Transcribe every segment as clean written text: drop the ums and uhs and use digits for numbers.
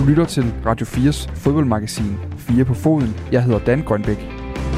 lytter til Radio 4's fodboldmagasin 4 på foden. Jeg hedder Dan Grønbæk.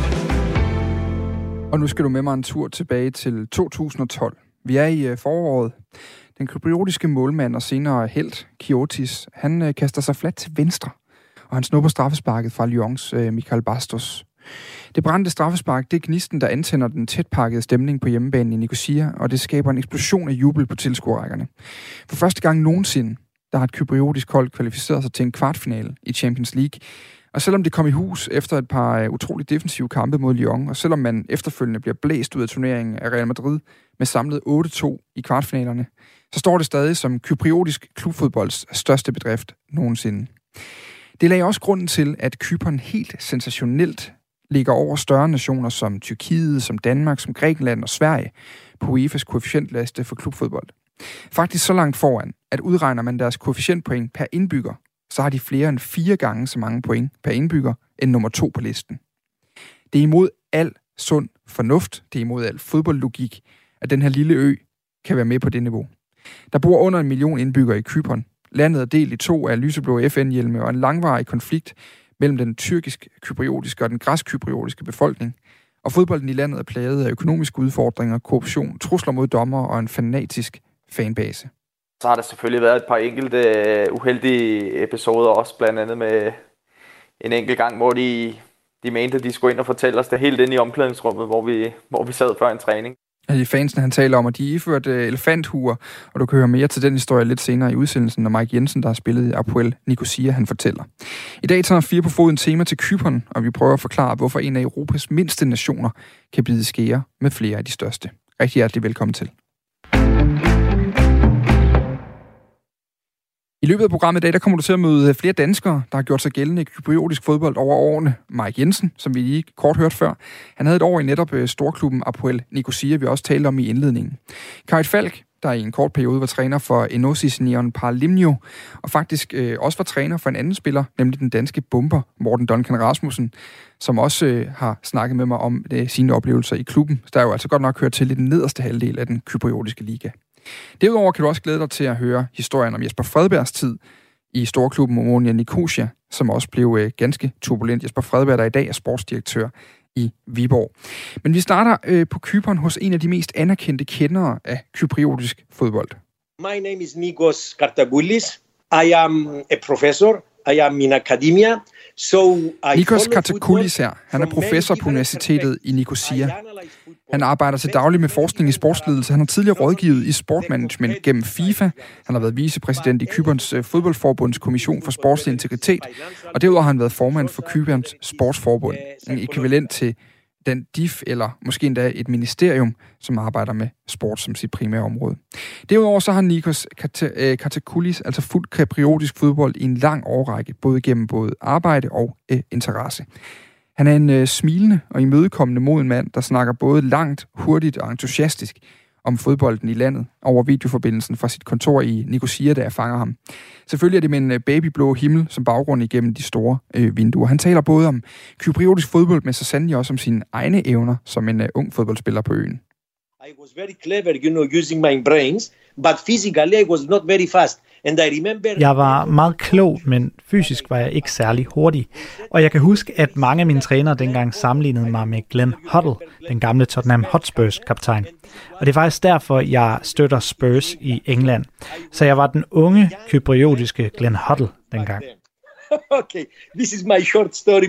Og nu skal du med mig en tur tilbage til 2012. Vi er i foråret. Den cypriotiske målmand og senere helt, Kiotis, han kaster sig fladt til venstre, og han snupper straffesparket fra Lyons Michael Bastos. Det brændte straffespark, det er gnisten, der antænder den tætpakkede stemning på hjemmebanen i Nicosia, og det skaber en eksplosion af jubel på tilskuerrækkerne. For første gang nogensinde, der har et cypriotisk hold kvalificeret sig til en kvartfinale i Champions League. Og selvom det kom i hus efter et par utroligt defensive kampe mod Lyon, og selvom man efterfølgende bliver blæst ud af turneringen af Real Madrid med samlet 8-2 i kvartfinalerne, så står det stadig som cypriotisk klubfodbolds største bedrift nogensinde. Det lagde også grunden til, at Cypern helt sensationelt ligger over større nationer som Tyrkiet, som Danmark, som Grækenland og Sverige på UEFA's koefficientliste for klubfodbold. Faktisk så langt foran, at udregner man deres koefficientpoint per indbygger, så har de flere end 4 gange så mange point per indbygger end nummer 2 på listen. Det er imod al sund fornuft, det er imod al fodboldlogik, at den her lille ø kan være med på det niveau. Der bor under 1 million indbyggere i Cypern. Landet er delt i 2 af lyseblå FN-hjelme og en langvarig konflikt mellem den tyrkisk-kypriotiske og den græsk-kypriotiske befolkning. Og fodbolden i landet er plaget af økonomiske udfordringer, korruption, trusler mod dommer og en fanatisk fanbase. Så har der selvfølgelig været et par enkelte uheldige episoder også, blandt andet med en enkelt gang, hvor de mente, at de skulle ind og fortælle os det helt inde i omklædningsrummet, hvor vi sad før en træning. De fansene, han taler om, at de iførte elefanthuer, og du kan høre mere til den historie lidt senere i udsendelsen, når Mike Jensen, der har spillet i Apoel Nicosia, han fortæller. I dag tager 4 på foden tema til Cypern, og vi prøver at forklare, hvorfor en af Europas mindste nationer kan bide skære med flere af de største. Rigtig hjertelig velkommen til. I løbet af programmet i dag, der kommer du til at møde flere danskere, der har gjort sig gældende i cypriotisk fodbold over årene. Mike Jensen, som vi lige kort hørte før, han havde et år i netop storklubben Apoel Nicosia, vi også talte om i indledningen. Karit Falk, der i en kort periode var træner for Enosis Neon Paralimnio, og faktisk også var træner for en anden spiller, nemlig den danske bomber Morten Duncan Rasmussen, som også har snakket med mig om sine oplevelser i klubben, der jo altså godt nok hører til i den nederste halvdel af den cypriotiske liga. Derudover kan du også glæde dig til at høre historien om Jesper Fredbergs tid i storklubben Omonia Nicosia, som også blev ganske turbulent. Jesper Fredberg, der i dag er sportsdirektør i Viborg. Men vi starter på Cypern hos en af de mest anerkendte kendere af cypriotisk fodbold. My name is Nikos Kartagoulis. I am a professor. I am in academia. Nikos Kartagoulis her. Han er professor på universitetet i Nicosia. Han arbejder til daglig med forskning i sportsledelse. Han har tidligere rådgivet i sportmanagement gennem FIFA. Han har været vicepræsident i Cyperns fodboldforbunds kommission for sportslig integritet. Og derudover har han været formand for Cyperns sportsforbund. En ekvivalent til den DIF, eller måske endda et ministerium, som arbejder med sport som sit primære område. Derudover så har Nikos Kartagoulis altså fuldt cypriotisk fodbold i en lang årrække, gennem både arbejde og interesse. Han er en smilende og imødekommende moden mand, der snakker både langt, hurtigt og entusiastisk om fodbolden i landet over videoforbindelsen fra sit kontor i Nicosia, der jeg fanger ham. Selvfølgelig er det med en babyblå himmel som baggrund igennem de store vinduer. Han taler både om cypriotisk fodbold, men så sandelig også om sine egne evner som en ung fodboldspiller på øen. I was very clever, using my brains, but physically I was not very fast. And I remember... Jeg var meget klog, men fysisk var jeg ikke særlig hurtig. Og jeg kan huske, at mange af mine trænere dengang sammenlignede mig med Glenn Hoddle, den gamle Tottenham Hotspurs kaptajn. Og det er faktisk derfor, jeg støtter Spurs i England. Så jeg var den unge cypriotiske Glenn Hoddle dengang. Okay, this is my short story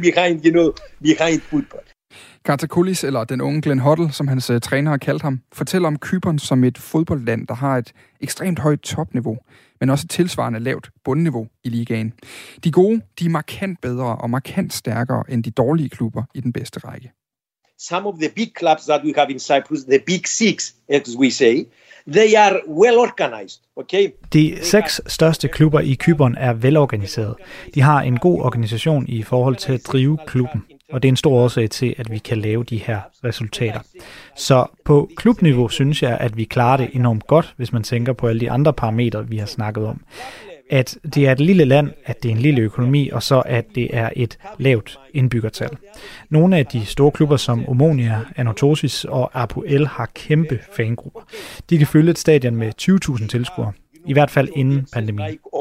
behind football. Kartagoulis, eller den unge Glenn Hoddle, som hans træner har kaldt ham, fortæller om Cypern som et fodboldland, der har et ekstremt højt topniveau, men også et tilsvarende lavt bundniveau i ligaen. De gode, de er markant bedre og markant stærkere end de dårlige klubber i den bedste række. Some of the big clubs that we have in Cyprus, the big six, as we say, they are well organized, okay? De 6 største klubber i Cypern er velorganiserede. De har en god organisation i forhold til at drive klubben, og det er en stor årsag til, at vi kan lave de her resultater. Så på klubniveau synes jeg, at vi klarer det enormt godt, hvis man tænker på alle de andre parametre, vi har snakket om. At det er et lille land, at det er en lille økonomi, og så at det er et lavt indbyggertal. Nogle af de store klubber som Omonia, Anorthosis og Apoel har kæmpe fangrupper. De kan fylde et stadion med 20.000 tilskuere, i hvert fald inden pandemien.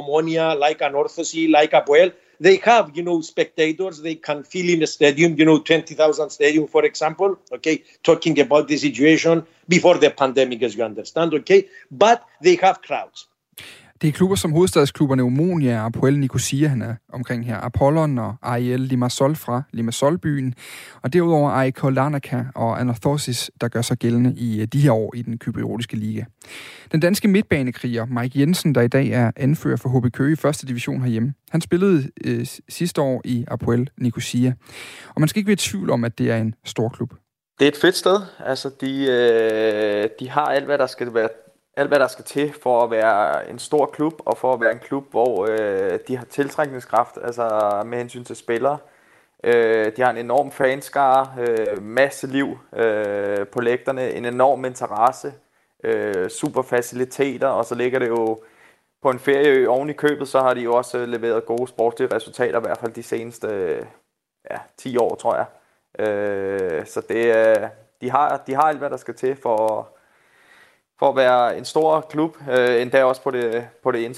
Omonia, like Anorthosis, like Apoel, they have, spectators. They can fill in a stadium, 20,000 stadium, for example, okay, talking about the situation before the pandemic, as you understand, okay, but they have crowds. Det er klubber som hovedstadsklubberne Omonia og Apoel Nicosia, han er omkring her. Apollon og Ariel Limassol fra Limassol-byen. Og derudover AEK Larnaca og Anorthosis, der gør sig gældende i de her år i den kypriotiske liga. Den danske midtbanekriger Mike Jensen, der i dag er anfører for HB Køge i første division herhjemme, han spillede sidste år i Apoel Nicosia. Og man skal ikke være i tvivl om, at det er en stor klub. Det er et fedt sted. Altså, de har alt, hvad der skal til for at være en stor klub, og for at være en klub, hvor de har tiltrækningskraft, altså med hensyn til spillere. De har en enorm fanskare, masse liv på lægterne, en enorm interesse, super faciliteter, og så ligger det jo på en ferieø oven i købet, så har de jo også leveret gode sportslige resultater, i hvert fald de seneste 10 år, tror jeg. Så de har alt, hvad der skal til for at være en stor klub, endda også på den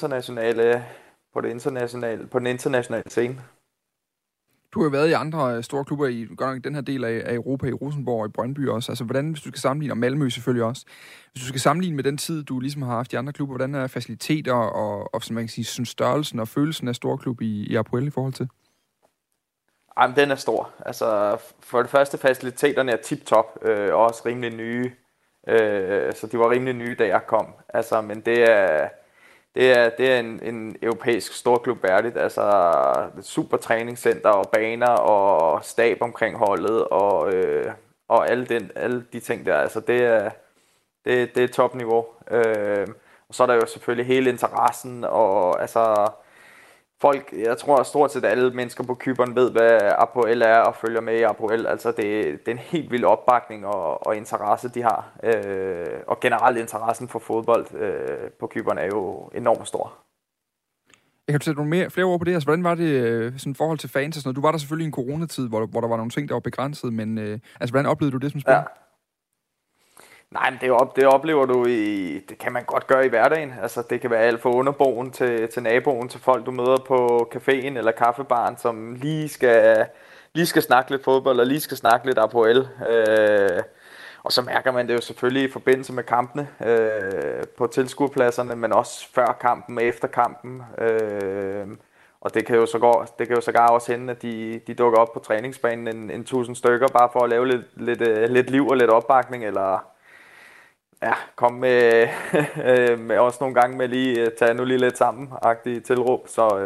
internationale scene. Du har jo været i andre store klubber i den her del af Europa, i Rosenborg og i Brøndby også. Altså, hvordan, hvis du skal sammenligne, og Malmø selvfølgelig også, hvis du skal sammenligne med den tid, du ligesom har haft i andre klubber, hvordan er faciliteter og som man kan sige, sådan størrelsen og følelsen af stor klub i Apoel i forhold til? Jamen, den er stor. Altså, for det første, faciliteterne er tip-top, og også rimelig nye. Så de var rimelig nye, da jeg kom. Altså, men det er en europæisk storklub værdigt. Altså, super træningscenter og baner og stab omkring holdet og alle de ting der. Altså, det er topniveau. Og så er der jo selvfølgelig hele interessen og altså folk, jeg tror stort set alle mennesker på Cypern ved, hvad Apoel er og følger med i Apoel. Altså det er en helt vild opbakning og interesse, de har. Og generelt interessen for fodbold på Cypern er jo enormt stor. Jeg kan sætte nogle flere ord på det. Altså, hvordan var det sådan forhold til fans og sådan noget? Du var der selvfølgelig i en coronatid, hvor der var nogle ting, der var begrænset, men altså, hvordan oplevede du det som spiller? Ja. Nej, men det oplever du det kan man godt gøre i hverdagen. Altså, det kan være alt fra underboen til naboen, til folk, du møder på caféen eller kaffebaren, som lige skal snakke lidt fodbold, og lige skal snakke lidt Apoel. Og så mærker man det jo selvfølgelig i forbindelse med kampene på tilskuerpladserne, men også før kampen og efter kampen. Og det kan jo sågar også hende, at de dukker op på træningsbanen en 1000 stykker, bare for at lave lidt liv og lidt opbakning, eller komme med også nogle gange med lige tage nu lige lidt sammen-agtige tilråb. Så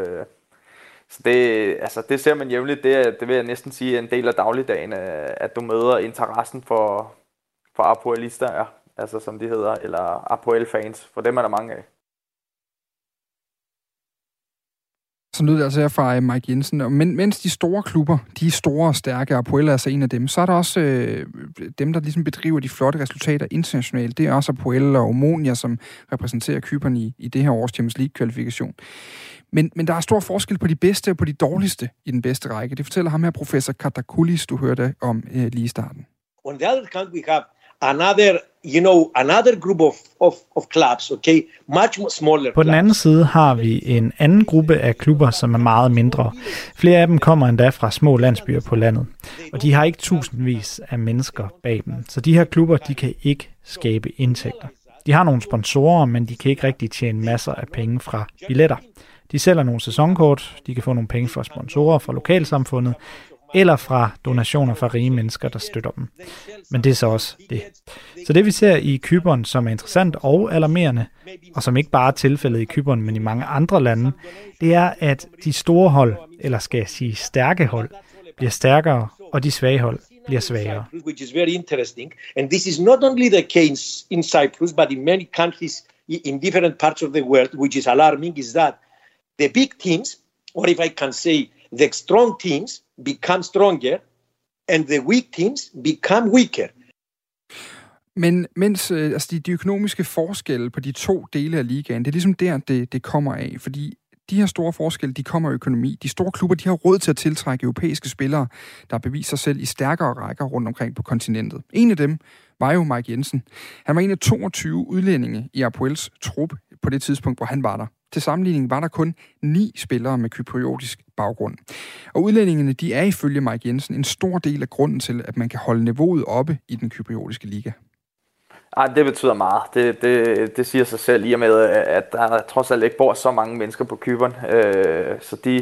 det ser man jævnligt. Det vil jeg næsten sige er en del af dagligdagen, at du møder interessen for Apoelister, altså som de hedder, eller Apoel-fans, for dem er der mange af. Så lød det altså her fra Mike Jensen. Men mens de store klubber, de store og stærke, Apoel er altså en af dem, så er der også dem, der ligesom bedriver de flotte resultater internationalt. Det er også Apoel og Omonia, som repræsenterer Cypern i det her års Champions League-kvalifikation. Men der er stor forskel på de bedste og på de dårligste i den bedste række. Det fortæller ham her professor Katakoulis, du hørte om lige i starten. On the other hand, we have another group of clubs, okay, much smaller. På den anden side har vi en anden gruppe af klubber, som er meget mindre. Flere af dem kommer endda fra små landsbyer på landet, og de har ikke tusindvis af mennesker bag dem. Så de her klubber, de kan ikke skabe indtægter. De har nogle sponsorer, men de kan ikke rigtig tjene masser af penge fra billetter. De sælger nogle sæsonkort, de kan få nogle penge fra sponsorer fra lokalsamfundet, eller fra donationer fra rige mennesker, der støtter dem. Men det er så også det. Så det vi ser i Cypern, som er interessant og alarmerende, og som ikke bare er tilfældet i Cypern, men i mange andre lande, det er, at de store hold, eller skal jeg sige stærke hold, bliver stærkere, og de svage hold bliver svagere. Which is very interesting. And this is not only the case in Cyprus, but in many countries in different parts of the world, which is alarming, is that the big teams, or if I can say, the strong teams become stronger, and the weak teams become weaker. Men mens de økonomiske forskelle på de to dele af ligaen, det er ligesom der, det kommer af. Fordi de her store forskelle, de kommer af økonomi. De store klubber, de har råd til at tiltrække europæiske spillere, der har bevist sig selv i stærkere rækker rundt omkring på kontinentet. En af dem var jo Mike Jensen. Han var en af 22 udlændinge i Apoels trup på det tidspunkt, hvor han var der. Til sammenligning var der kun 9 spillere med kypriotisk baggrund. Og udlændingene, de er ifølge Mike Jensen en stor del af grunden til, at man kan holde niveauet oppe i den kypriotiske liga. Ej, det betyder meget. Det siger sig selv i og med, at der trods alt ikke bor så mange mennesker på Cypern. Så de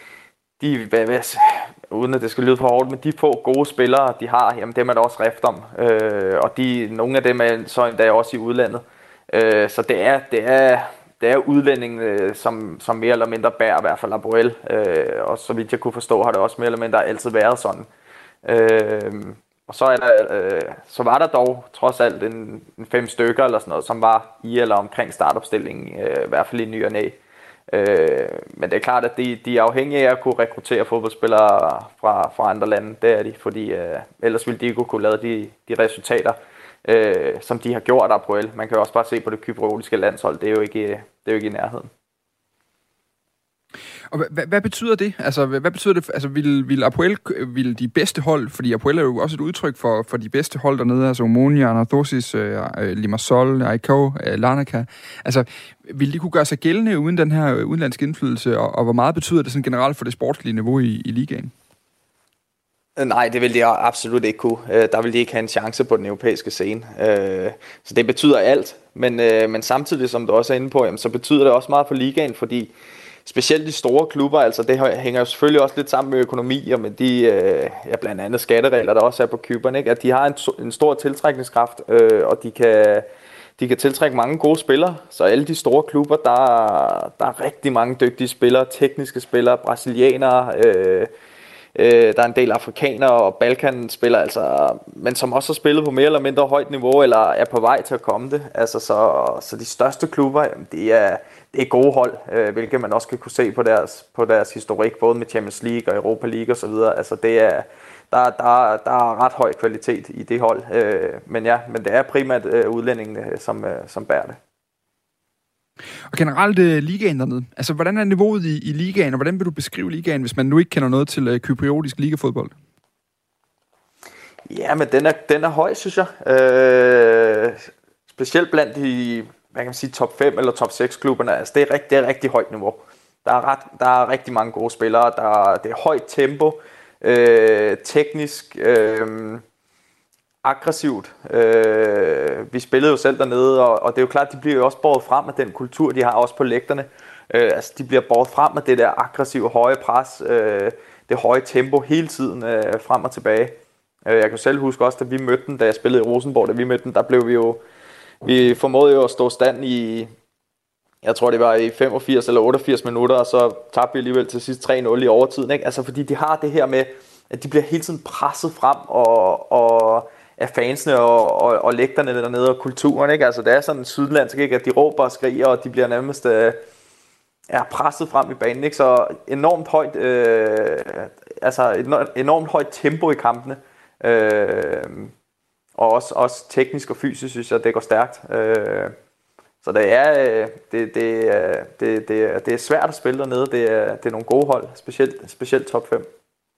uden at det skal lyde for hårdt, men de få gode spillere, de har, jamen dem er der også rift om. Og nogle af dem er så endda også i udlandet. Så det er udlændingen, som mere eller mindre bærer i hvert fald Apoel. Og så vidt jeg kunne forstå, har det også mere eller mindre altid været sådan. Og så var der dog trods alt en 5 stykker eller sådan noget, som var i eller omkring startopstillingen, i hvert fald i ny og næ. Men det er klart, at de er afhængige af at kunne rekruttere fodboldspillere fra andre lande. Det er de, fordi ellers ville de ikke kunne lave de resultater, som de har gjort af Apoel. Man kan jo også bare se på det kypriotiske landshold. Det er jo ikke i nærheden. Og hvad betyder det? Altså, hvad betyder det? Altså, vil Apoel de bedste hold, fordi Apoel er jo også et udtryk for de bedste hold dernede, altså Omonia, Anorthosis, Limassol, Aiko, Larnaca. Altså, vil de kunne gøre sig gældende uden den her udenlandske indflydelse, og hvor meget betyder det sådan generelt for det sportslige niveau i ligaen? Nej, det vil de absolut ikke kunne. Der vil de ikke have en chance på den europæiske scene. Så det betyder alt. Men samtidig, som du også er inde på, så betyder det også meget for ligaen, fordi specielt de store klubber, altså det hænger jo selvfølgelig også lidt sammen med økonomi og med de blandt andet skatteregler, der også er på Cypern, ikke? At de har en stor tiltrækningskraft, og de kan tiltrække mange gode spillere. Så alle de store klubber, der er rigtig mange dygtige spillere, tekniske spillere, brasilianere, der er en del afrikanere og Balkan-spillere, altså, men som også har spillet på mere eller mindre højt niveau, eller er på vej til at komme det. Altså, så de største klubber, jamen, det er gode hold, hvilket man også kan kunne se på deres historik, både med Champions League og Europa League osv. Altså, der er ret høj kvalitet i det hold, men det er primært udlændingene, som bærer det. Og generelt ligaen dernede, altså hvordan er niveauet i ligaen, og hvordan vil du beskrive ligaen, hvis man nu ikke kender noget til kypriotisk ligafodbold? Ja, men den er høj, synes jeg. Specielt blandt de, hvad kan man sige, top 5 eller top 6 klubberne. Altså det er rigtig højt niveau. Der er rigtig mange gode spillere. Det er højt tempo, teknisk, aggressivt. Vi spillede jo selv dernede, og det er jo klart, de bliver jo også båret frem af den kultur, de har også på lægterne. Altså, de bliver båret frem af det der aggressive, høje pres, det høje tempo hele tiden frem og tilbage. Jeg kan selv huske også, da vi mødte dem, da jeg spillede i Rosenborg, der blev vi formåede jo at stå stand i, jeg tror det var i 85 eller 88 minutter, og så tabte vi alligevel til sidst 3-0 i overtiden, ikke? Altså fordi de har det her med, at de bliver hele tiden presset frem og af fansene og lægterne dernede og kulturen, ikke? Altså det er sådan sydlandsk, ikke? At de råber og skriger, og de bliver nærmest presset frem i banen, ikke? Så enormt højt, enormt højt tempo i kampene, og også teknisk og fysisk synes jeg, det går stærkt. Så det er svært at spille dernede. Det er nogle gode hold, specielt top 5.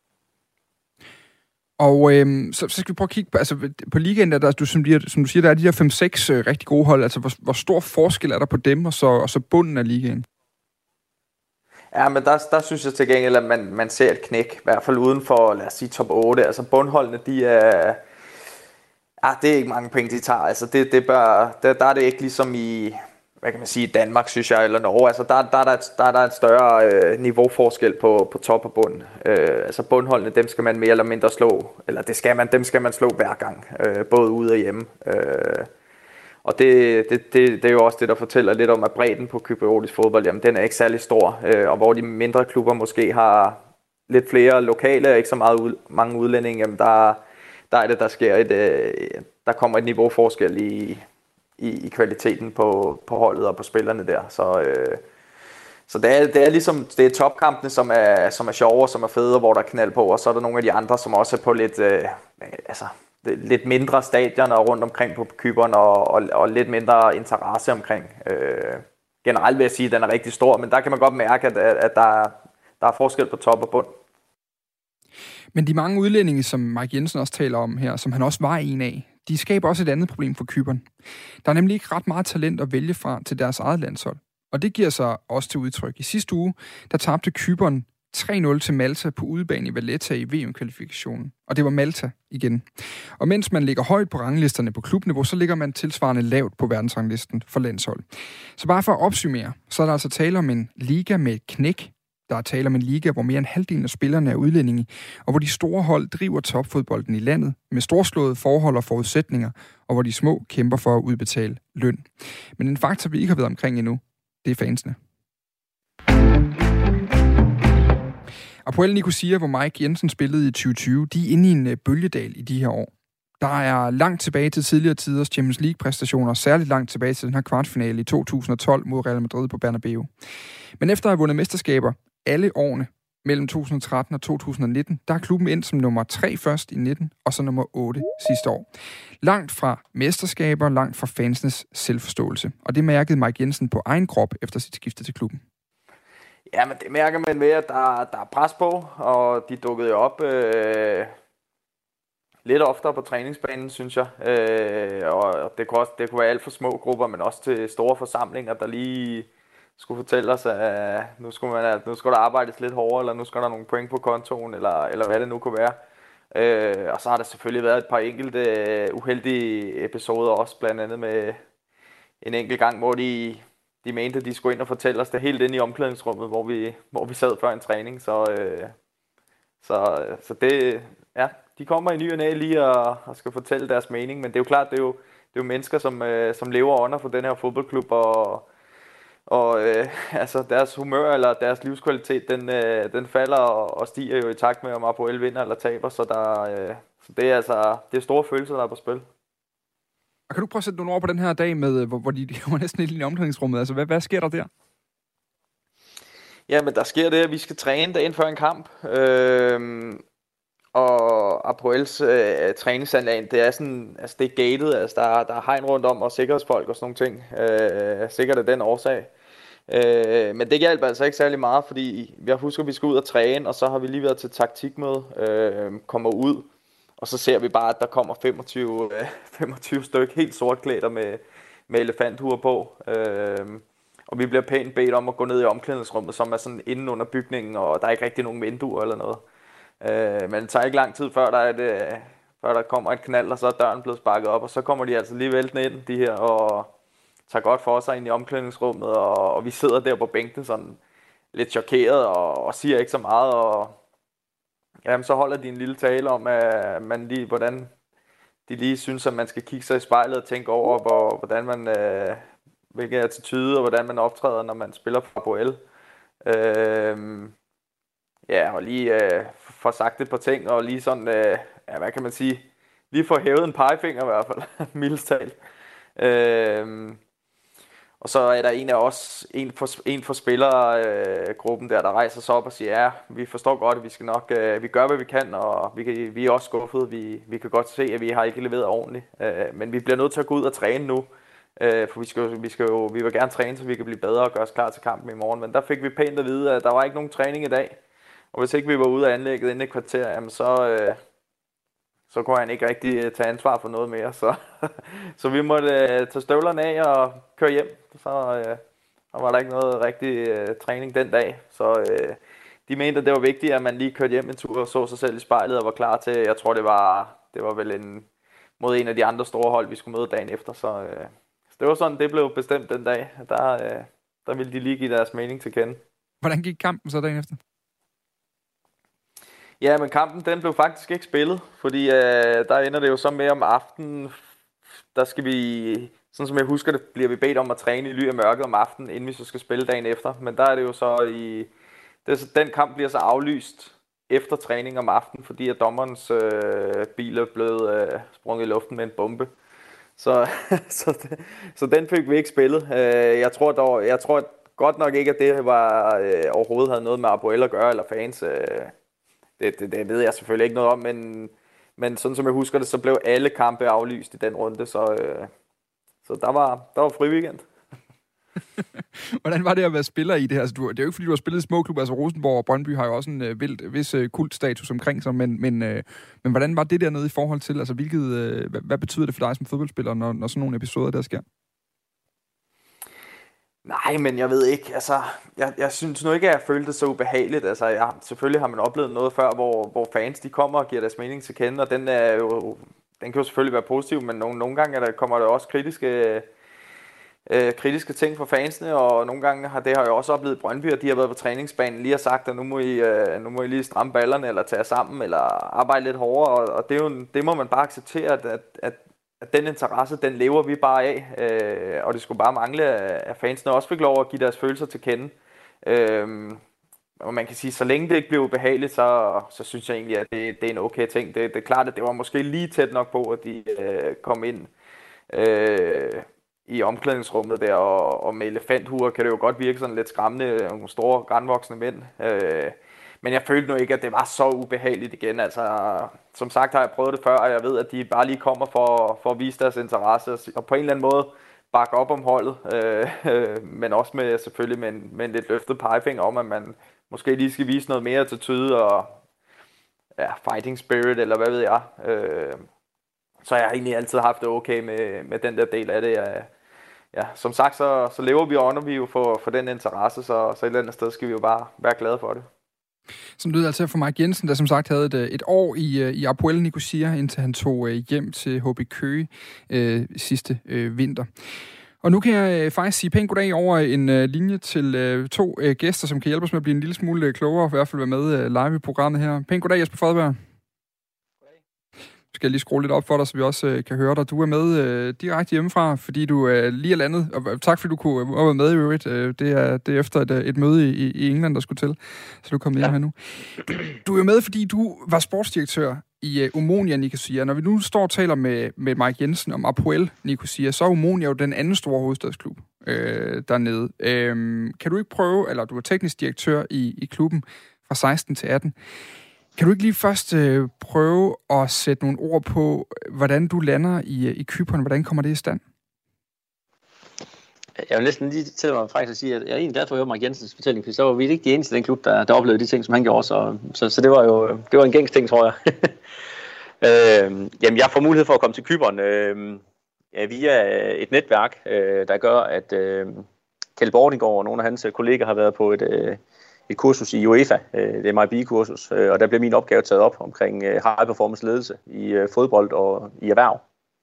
Og så skal vi prøve at kigge på ligaen, der som du siger, der er de her 5-6 rigtig gode hold. Altså, hvor stor forskel er der på dem, og så bunden af ligaen? Ja, men der synes jeg til gengæld, at man ser et knæk, i hvert fald uden for, lad os sige, top 8. Altså, bundholdene, de er... Ja, det er ikke mange point, de tager. Altså, der er det ikke ligesom i, hvad kan man sige, Danmark, synes jeg, eller Norge. Altså, der er et større niveauforskel på top og bund. Altså, bundholdene, dem skal man mere eller mindre slå, eller dem skal man slå hver gang, både ude og hjemme. Og det er jo også det, der fortæller lidt om, at bredden på kypriotisk fodbold, jamen, den er ikke særlig stor. Og hvor de mindre klubber måske har lidt flere lokale, ikke så mange udlændinge, jamen, der er det, der kommer et niveauforskel i kvaliteten på holdet og på spillerne der. Så det er ligesom, det er topkampene, som er sjove, som er fede, hvor der er knald på, og så er der nogle af de andre, som også er på lidt mindre stadioner rundt omkring på Cypern, og lidt mindre interesse omkring. Generelt vil jeg sige, at den er rigtig stor, men der kan man godt mærke, at der er forskel på top og bund. Men de mange udlændinge, som Mike Jensen også taler om her, som han også var en af, de skaber også et andet problem for Cypern. Der er nemlig ikke ret meget talent at vælge fra til deres eget landshold. Og det giver sig også til udtryk. I sidste uge, der tabte Cypern 3-0 til Malta på udebane i Valletta i VM-kvalifikationen. Og det var Malta igen. Og mens man ligger højt på ranglisterne på klubniveau, så ligger man tilsvarende lavt på verdensranglisten for landshold. Så bare for at opsummere, så er der altså tale om en liga med et knæk. Der er tale om en liga, hvor mere end halvdelen af spillerne er udlændinge, og hvor de store hold driver topfodbolden i landet med storslåede forhold og forudsætninger, og hvor de små kæmper for at udbetale løn. Men en faktor, vi ikke har været omkring endnu, det er fansene. Apoel Nicosia, hvor Mike Jensen spillede i 2020, de er inde i en bølgedal i de her år. Der er langt tilbage til tidligere tiders Champions League-præstationer, særligt langt tilbage til den her kvartfinale i 2012 mod Real Madrid på Bernabeu. Men efter at have vundet mesterskaber alle årene mellem 2013 og 2019, der er klubben endt som nummer 3 først i 19, og så nummer 8 sidste år. Langt fra mesterskaber, langt fra fansenes selvforståelse. Og det mærkede Mike Jensen på egen krop efter sit skifte til klubben. Ja, men det mærker man ved, at der er pres på, og de dukkede op lidt oftere på træningsbanen, synes jeg. Og det kunne være alt for små grupper, men også til store forsamlinger, der lige skulle fortælle os, at nu skulle der arbejdes lidt hårdere, eller nu skal der nogle point på kontoen, eller hvad det nu kunne være. Og så har der selvfølgelig været et par enkelte uheldige episoder også, blandt andet med en enkelt gang, hvor de mente, at de skulle ind og fortælle os det helt inde i omklædningsrummet, hvor vi sad før en træning. Så det, ja, de kommer i ny og næ lige og skal fortælle deres mening, men det er jo klart, det er jo mennesker, som lever under for den her fodboldklub, og altså deres humør eller deres livskvalitet, den falder og stiger jo i takt med, om Apoel vinder eller taber, så det er store følelser, der er på spil. Og kan du prøve at sætte nogle ord på den her dag, med, hvor de var næsten lidt i omklædningsrummet? Altså, hvad sker der der? Jamen, der sker det, at vi skal træne dagen før en kamp. Og Apoels træningsanlæg, det er sådan, altså det er gated, altså der er hegn rundt om og sikkerhedsfolk og sådan nogle ting. Sikkert af den årsag. Men det hjælper altså ikke særlig meget, fordi jeg husker, at vi skal ud og træne, og så har vi lige været til taktikmøde, kommer ud. Og så ser vi bare, at der kommer 25 stykker helt sortklæder med elefanthuer på. Og vi bliver pænt bedt om at gå ned i omklædningsrummet, som er sådan inde under bygningen, og der er ikke rigtig nogen vinduer eller noget. Men det tager ikke lang tid, før der kommer et knald, og så er døren blevet sparket op. Og så kommer de altså lige væltende ind, de her, og tager godt for sig ind i omklædningsrummet. Og vi sidder der på bænken sådan lidt chokeret og siger ikke så meget, og jamen, så holder de en lille tale om, at hvordan de lige synes, at man skal kigge sig i spejlet og tænke over, hvordan man, hvilken attitude og hvordan man optræder, når man spiller for Apoel. Ja, og lige få sagt et par ting, og lige sådan, hvad kan man sige, lige få hævet en pegefinger i hvert fald, mildest talt. Og så er der en af os, en for spillergruppen der rejser sig op og siger, ja, vi forstår godt, at vi skal nok, vi gør, hvad vi kan, og vi er også skuffede. Vi kan godt se, at vi har ikke leveret ordentligt. Men vi bliver nødt til at gå ud og træne nu, for vi vil gerne træne, så vi kan blive bedre og gøre os klar til kampen i morgen. Men der fik vi pænt at vide, at der var ikke nogen træning i dag. Og hvis ikke vi var ude af anlægget inden et kvarter, jamen så kunne han ikke rigtig tage ansvar for noget mere. Så vi måtte tage støvlerne af og køre hjem. Så var der ikke noget rigtig træning den dag. Så de mente, at det var vigtigt, at man lige kørte hjem en tur og så sig selv i spejlet og var klar til, jeg tror det var vel mod en af de andre store hold, vi skulle møde dagen efter. Så det var sådan, det blev bestemt den dag. Der ville de lige give deres mening til kende. Hvordan gik kampen så dagen efter? Ja, men kampen den blev faktisk ikke spillet, fordi der ender det jo så med om aftenen, der skal vi, sådan som jeg husker det, bliver vi bedt om at træne i ly af mørket om aftenen, inden vi så skal spille dagen efter. Men der er det jo så den kamp bliver så aflyst efter træning om aftenen, fordi at dommerens bil er blevet sprunget i luften med en bombe. Så den fik vi ikke spillet. Jeg tror godt nok ikke, at det var overhovedet havde noget med Apoel at gøre, eller fans. Det ved jeg selvfølgelig ikke noget om, men sådan som jeg husker det, så blev alle kampe aflyst i den runde, så der var fri weekend. Hvordan var det at være spiller i det her? Altså, det er jo ikke, fordi du har spillet i små klubber, altså Rosenborg og Brøndby har jo også en vis kultstatus omkring sig, men hvordan var det dernede i forhold til, altså hvad betyder det for dig som fodboldspiller, når sådan nogle episoder der sker? Nej, men jeg ved ikke, altså, jeg synes nu ikke, at jeg følte det så ubehageligt. Altså, selvfølgelig har man oplevet noget før, hvor fans de kommer og giver deres mening til kende, og den kan jo selvfølgelig være positiv, men nogle gange kommer der også kritiske ting fra fansene, og nogle gange har jeg også oplevet i Brøndby, at de har været på træningsbanen lige har sagt, at nu må I lige stramme ballerne, eller tage sammen, eller arbejde lidt hårdere, og det må man bare acceptere, at den interesse, den lever vi bare af, og det skulle bare mangle, at fansene også fik lov at give deres følelser til kende. Og man kan sige, så længe det ikke bliver ubehageligt, så synes jeg egentlig, at det er en okay ting. Det er klart, at det var måske lige tæt nok på, at de kom ind i omklædningsrummet der, og med elefanthuer kan det jo godt virke sådan lidt skræmmende, nogle store, grandvoksne mænd. Men jeg følte nu ikke, at det var så ubehageligt igen. Altså, som sagt har jeg prøvet det før, og jeg ved, at de bare lige kommer for at vise deres interesse, og på en eller anden måde bakke op om holdet, men også selvfølgelig med en lidt løftet pegefinger om, at man måske lige skal vise noget mere til tyde, og fighting spirit, eller hvad ved jeg. Så jeg har egentlig altid haft det okay med den der del af det. Som sagt, så lever vi og ånder vi jo for den interesse, så et eller andet sted skal vi jo bare være glade for det. Som lyder altså for Mark Jensen, der som sagt havde et år i Apoel Nicosia, indtil han tog hjem til HB Køge sidste vinter. Og nu kan jeg faktisk sige pænt goddag over en linje til to gæster, som kan hjælpe os med at blive en lille smule klogere, og i hvert fald være med live i programmet her. Pænt goddag, Jesper Fredberg. Skal jeg lige skrue lidt op for dig, så vi også kan høre dig. Du er med direkte hjemmefra, fordi du lige er landet. Og tak, fordi du kunne være med i øvrigt. Det er efter et møde i England, der skulle til. Så du er kommet hjem her nu. Du er med, fordi du var sportsdirektør i Omonia Nicosia. Når vi nu står og taler med Mark Jensen om Apoel Nicosia, så er Omonia jo den anden store hovedstadsklub dernede. Kan du ikke prøve, eller du er teknisk direktør i klubben fra 16 til 18. Kan du ikke lige først prøve at sætte nogle ord på, hvordan du lander i Cypern? Hvordan kommer det i stand? Jeg vil næsten lige til mig faktisk at sige, at jeg er egentlig glad for at høre Mark Jensens fortælling, for så var vi ikke de eneste i den klub, der oplevede de ting, som han gjorde. Så det var en gængs ting, tror jeg. Jamen, jeg får mulighed for at komme til Cypern via et netværk, der gør, at Kjeld Bordinggaard og nogle af hans kolleger har været på et kursus i UEFA, det er MIB-kursus, og der blev min opgave taget op omkring high performance ledelse i fodbold og i erhverv.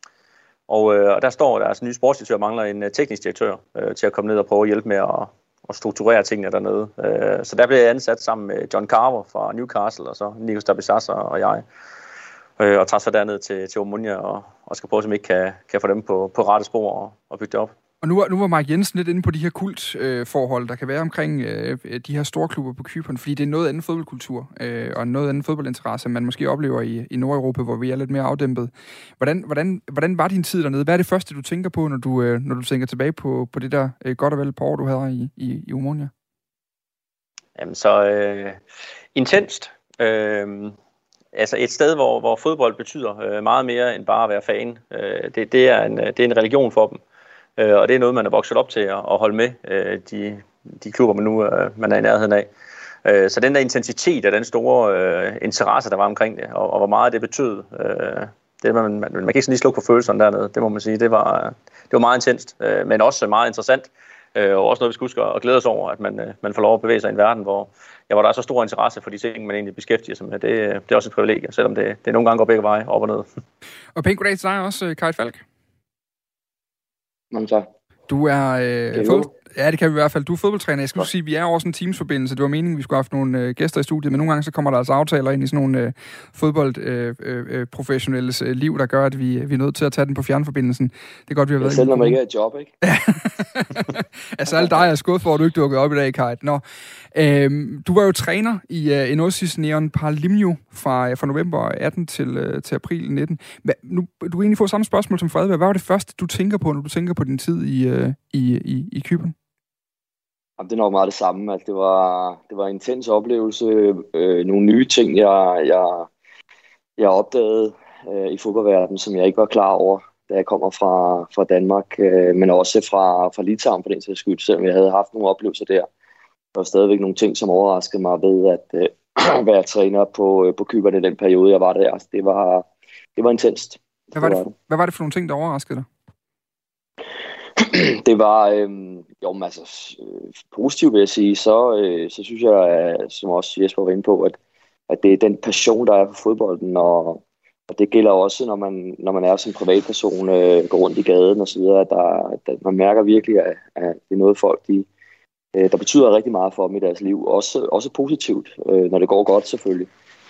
Og der står deres nye sportsdirektør mangler en teknisk direktør til at komme ned og prøve at hjælpe med at strukturere tingene dernede. Så der blev jeg ansat sammen med John Carver fra Newcastle, og så Nikos Dabisasa og jeg, og tager så derned til Omonia og skal prøve, som ikke kan få dem på rette spor og bygge det op. Og nu var Mark Jensen lidt inde på de her kultforhold, der kan være omkring de her store klubber på Cypern, fordi det er noget anden fodboldkultur og noget anden fodboldinteresse, man måske oplever i Nordeuropa, hvor vi er lidt mere afdæmpet. Hvordan var din tid dernede? Hvad er det første, du tænker på, når du tænker tilbage på det der godt og vel par år, du havde i Omonia? Jamen intenst. Altså et sted, hvor fodbold betyder meget mere end bare at være fan. Det er en religion for dem. Og det er noget, man er vokset op til at holde med de klubber, man er i nærheden af. Så den der intensitet og den store interesse, der var omkring det, og hvor meget det betød, man kan ikke sådan lige slukke på følelserne dernede, det må man sige. Det var meget intenst, men også meget interessant. Og også noget, vi skal huske at glæde os over, at man får lov at bevæge sig i en verden, hvor der er så stor interesse for de ting, man egentlig beskæftiger sig med. Det er også et privilegie, selvom det nogle gange går begge veje, op og ned. Og pænt goddag til dig også, Kai Falk. Mange tak. Du er ja, det kan vi i hvert fald. Du er fodboldtræner. Jeg skal sige, at vi er over sådan en teamsforbindelse. Det var meningen, at vi skulle have haft nogle gæster i studiet, men nogle gange så kommer der altså aftaler ind i sådan nogle fodboldprofessionelles liv, der gør, at vi er nødt til at tage den på fjernforbindelsen. Det er godt, vi har været selv når man ikke er et job, ikke? Altså alle dig er skudt for, at du ikke dukkede op i dag, Kai. Nå. Du var jo træner i Enosis Neon Paralimnio fra november 18 til april 19. Nu, du kan egentlig få samme spørgsmål som Fredberg. Hvad var det første, du tænker på, når du tænker på din tid i Cypern? Det er nok meget det samme. At det var en intens oplevelse. Nogle nye ting, jeg opdagede i fodboldverdenen, som jeg ikke var klar over, da jeg kommer fra Danmark, men også fra Litauen på den sags skyld, selvom jeg havde haft nogle oplevelser der. Der var stadigvæk nogle ting, som overraskede mig ved at være træner på Cypern i den periode, jeg var der. Altså, det var intenst. Hvad var det for nogle ting, der overraskede dig? Det var positivt, vil jeg sige. Så synes jeg, som også Jesper var inde på, at det er den passion, der er for fodbolden, og det gælder også, når man er som privatperson, går rundt i gaden og så videre, at man mærker virkelig, at det er noget folk, der betyder rigtig meget for dem i deres liv. Også positivt, når det går godt selvfølgelig.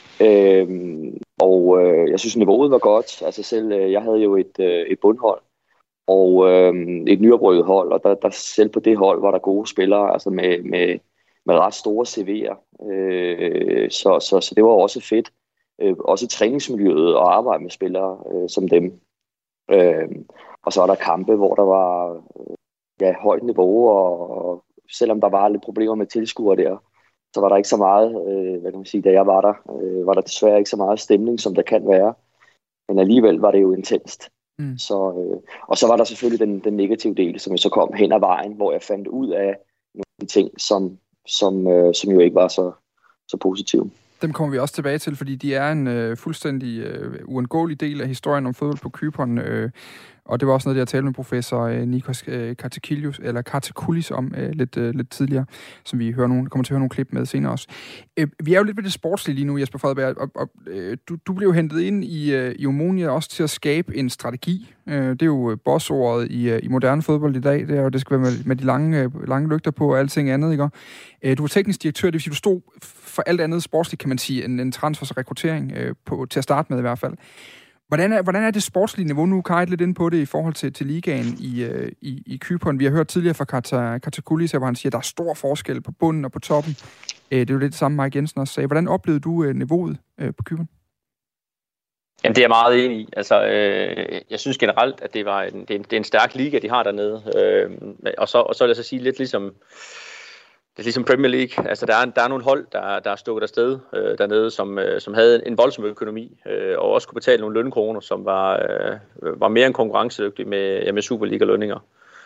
Jeg synes, niveauet var godt. Altså selv, jeg havde jo et bundhold, og et nyoprykket hold, og der selv på det hold var der gode spillere, altså med ret store CV'er. Så det var også fedt. Også træningsmiljøet og arbejde med spillere som dem. Og så var der kampe, hvor der var højt niveau, og selvom der var lidt problemer med tilskuere der, så var der ikke så meget, da jeg var der, var der desværre ikke så meget stemning, som der kan være. Men alligevel var det jo intenst. Og så var der selvfølgelig den negative del, som jeg så kom hen ad vejen, hvor jeg fandt ud af nogle af de ting, som jo ikke var så positive. Dem kommer vi også tilbage til, fordi de er en fuldstændig uundgåelig del af historien om fodbold på Cypern. Og det var også noget, jeg talte med professor Nikos Kartakoulis om lidt tidligere, som vi kommer til at høre nogle klip med senere også. Vi er jo lidt ved det sportslige lige nu, Jesper Fredberg, og du blev hentet ind i Omonia også til at skabe en strategi. Det er jo bossordet i moderne fodbold i dag, det er jo, det skal være med de lange lygter på og alting andet, ikke? Du var teknisk direktør, det vil sige, du stod for alt andet sportsligt, kan man sige, en transfers- og rekruttering til at starte med i hvert fald. Hvordan er det sportslige niveau nu? Kai lidt ind på det i forhold til ligaen i Cypern. Vi har hørt tidligere fra Kartakoulis, hvor han siger, at der er stor forskel på bunden og på toppen. Det er jo lidt det samme, Mike Jensen også sagde. Hvordan oplevede du niveauet på Cypern? Jamen, det er jeg meget enig i. Altså, jeg synes generelt, at det er en stærk liga, de har dernede. Og så vil jeg så sige lidt ligesom... Det er ligesom Premier League. Altså, der er nogle hold, der er stukket afsted dernede, som havde en voldsom økonomi, og også kunne betale nogle lønkroner, som var mere end konkurrencedygtige med Superliga-lønninger.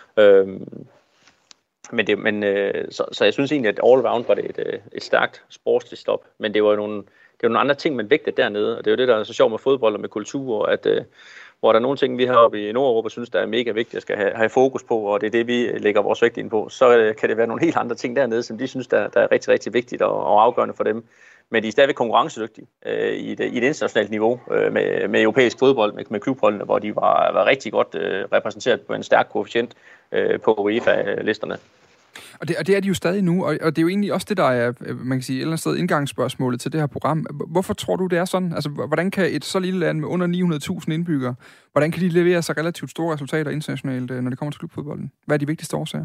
Så jeg synes egentlig, at all around var det et stærkt sportsligt stop. Men det var nogle andre ting, man vægtede dernede, og det er jo det, der er så sjovt med fodbold og med kultur, at hvor der er nogle ting, vi heroppe i Nordeuropa synes, der er mega vigtigt at skal have fokus på, og det er det, vi lægger vores vægt ind på, så kan det være nogle helt andre ting dernede, som de synes, der er rigtig, rigtig vigtigt og afgørende for dem. Men de er stadigvæk konkurrencedygtige i et internationalt niveau med europæisk fodbold, med klubholdene, hvor de var rigtig godt repræsenteret på en stærk koefficient på UEFA-listerne. Og det er de jo stadig nu, og det er jo egentlig også det, der er, man kan sige, et eller andet sted indgangsspørgsmålet til det her program. Hvorfor tror du, det er sådan? Altså, hvordan kan et så lille land med under 900.000 indbyggere, hvordan kan de levere sig relativt store resultater internationalt, når det kommer til klubfodbolden? Hvad er de vigtigste årsager?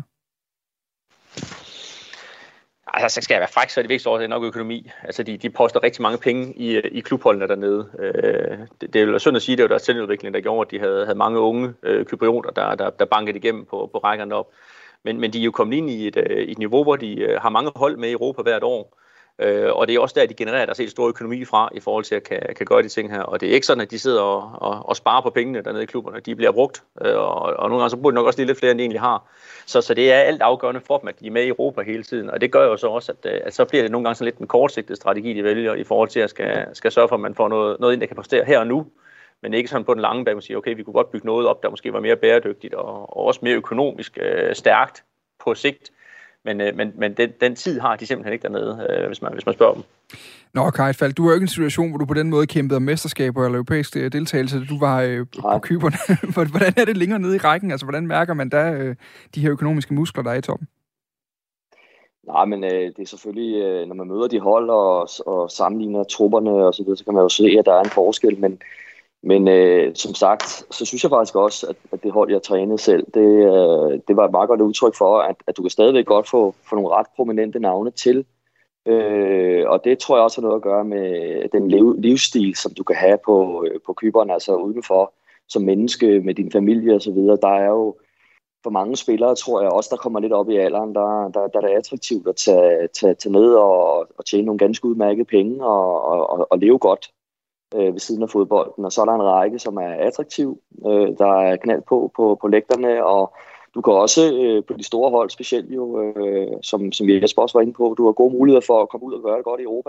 Altså, skal jeg være fræk, så er det vigtigste årsag nok økonomi. Altså, de poster rigtig mange penge i klubholdene dernede. Det er jo synd at sige, det var deres selvudvikling, der gjorde, at de havde mange unge cyprioter, der bankede igennem på rækkerne op. Men de er jo kommet ind i et niveau, hvor de har mange hold med i Europa hvert år. Og det er også der, de genererer deres helt store økonomi fra, i forhold til at kan gøre de ting her. Og det er ikke sådan, at de sidder og sparer på pengene dernede i klubberne. De bliver brugt, og nogle gange så burde de nok også lidt flere, end de egentlig har. Så det er alt afgørende for dem, at de er med i Europa hele tiden. Og det gør jo så også, at så bliver det nogle gange sådan lidt en kortsigtet strategi, de vælger, i forhold til at skal sørge for, at man får noget ind, der kan præstere her og nu. Men ikke sådan på den lange bane, man siger, okay, vi kunne godt bygge noget op, der måske var mere bæredygtigt og også mere økonomisk stærkt på sigt. Men den tid har de simpelthen ikke dernede, hvis man spørger dem. Nå, Kai Falk, du er jo ikke i en situation, hvor du på den måde kæmpede om mesterskaber eller europæisk deltagelse, da du var på Cypern. Hvordan er det længere nede i rækken? Altså, hvordan mærker man da de her økonomiske muskler, der er i toppen? Nej, men det er selvfølgelig, når man møder de hold og sammenligner trupperne og så videre, så kan man jo se, at der er en forskel, men som sagt, så synes jeg faktisk også, at det hold, jeg trænede selv, det var et meget godt udtryk for, at du kan stadigvæk godt få nogle ret prominente navne til. Og det tror jeg også har noget at gøre med den livsstil, som du kan have på Cypern, altså udenfor som menneske med din familie og så videre. Der er jo for mange spillere, tror jeg også, der kommer lidt op i alderen, der er det attraktivt at tage ned og tjene nogle ganske udmærkede penge og leve godt ved siden af fodbolden. Og så er der en række, som er attraktiv. Der er knald på lægterne, og du kan også på de store hold, specielt jo, som vi også var inde på, du har gode muligheder for at komme ud og gøre det godt i Europa.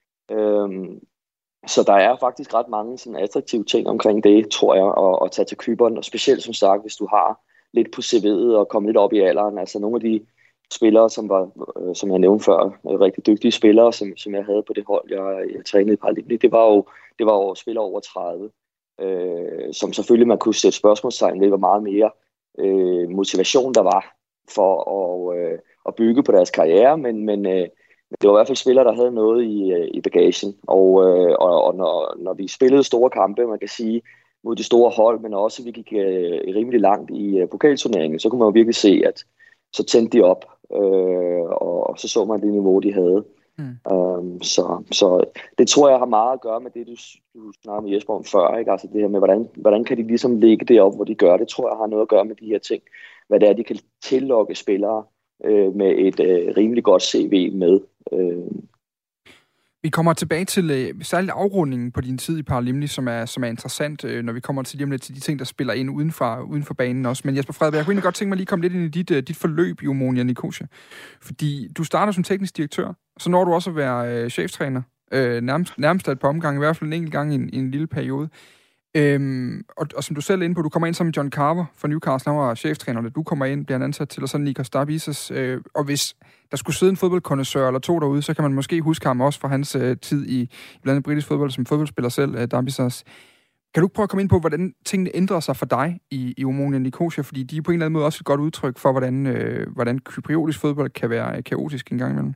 Så der er faktisk ret mange sådan attraktive ting omkring det, tror jeg, at tage til Cypern, og specielt som sagt, hvis du har lidt på CV'et og komme lidt op i alderen. Altså nogle af de spillere, som jeg nævnte før, rigtig dygtige spillere, som jeg havde på det hold, jeg trænede i Paralympic, det var jo spillere over 30, som selvfølgelig man kunne sætte spørgsmålstegn ved, hvor meget mere motivation der var for at bygge på deres karriere, men det var i hvert fald spillere, der havde noget i bagagen, og når vi spillede store kampe, man kan sige, mod de store hold, men også vi gik rimelig langt i pokalturneringen, så kunne man jo virkelig se, at så tændte de op, og så så man det niveau, de havde. Så det tror jeg har meget at gøre med det, du snakkede med Jesper om før, ikke? Altså det her med, hvordan kan de ligesom ligge det op, hvor de gør det, tror jeg har noget at gøre med de her ting. Hvad det er, de kan tillokke spillere med et rimelig godt CV med. Vi kommer tilbage til særligt afrundingen på din tid i Paralympic, som er interessant, når vi kommer til lige til de ting, der spiller ind uden for banen også. Men Jesper Fredberg, jeg kunne egentlig godt tænke mig lige at komme lidt ind i dit forløb i Omonia Nicosia. Fordi du starter som teknisk direktør, så når du også at være cheftræner, nærmest et par omgange, i hvert fald en enkelt gang i en lille periode. Og som du selv er inde på, du kommer ind sammen med John Carver fra Newcastle, han var cheftræner, da du kommer ind, bliver han ansat til, og så Nikos Darbisas. Og hvis der skulle sidde en fodboldkondensør eller to derude, så kan man måske huske ham også fra hans tid i blandt andet britisk fodbold, som fodboldspiller selv, Darbisas. Kan du prøve at komme ind på, hvordan tingene ændrer sig for dig i Omonia Nicosia? Fordi de er på en eller anden måde også et godt udtryk for, hvordan kypriotisk fodbold kan være kaotisk en gang imellem.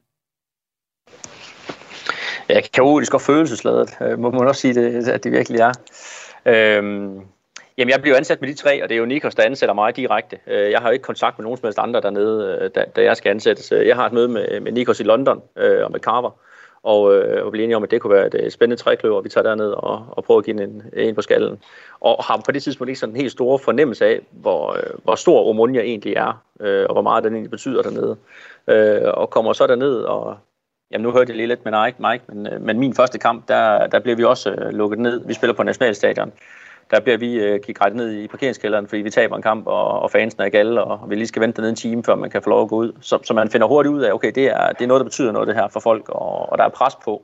Ja, kaotisk og følelsesladet, må man også sige, at det virkelig er. Jamen, jeg blev ansat med de tre, og det er jo Nikos, der ansætter mig direkte. Jeg har jo ikke kontakt med nogen som helst andre dernede, da jeg skal ansættes. Jeg har et møde med Nikos i London og med Carver, og blev enige om, at det kunne være et spændende trækløver, vi tager derned og prøver at give en på skallen. Og har på det tidspunkt ikke sådan en helt stor fornemmelse af, hvor stor Omonia egentlig er, og hvor meget den egentlig betyder dernede. Og kommer så derned, og jamen, nu hørte jeg lige lidt med Mike, men min første kamp, der blev vi også lukket ned. Vi spiller på Nationalstadion. Der bliver vi kigget ret ned i parkeringskælderen, fordi vi taber en kamp, og fansen er galde, og vi lige skal vente dernede en time, før man kan få lov at gå ud. Så man finder hurtigt ud af, okay, det er noget, der betyder noget, det her for folk, og der er pres på.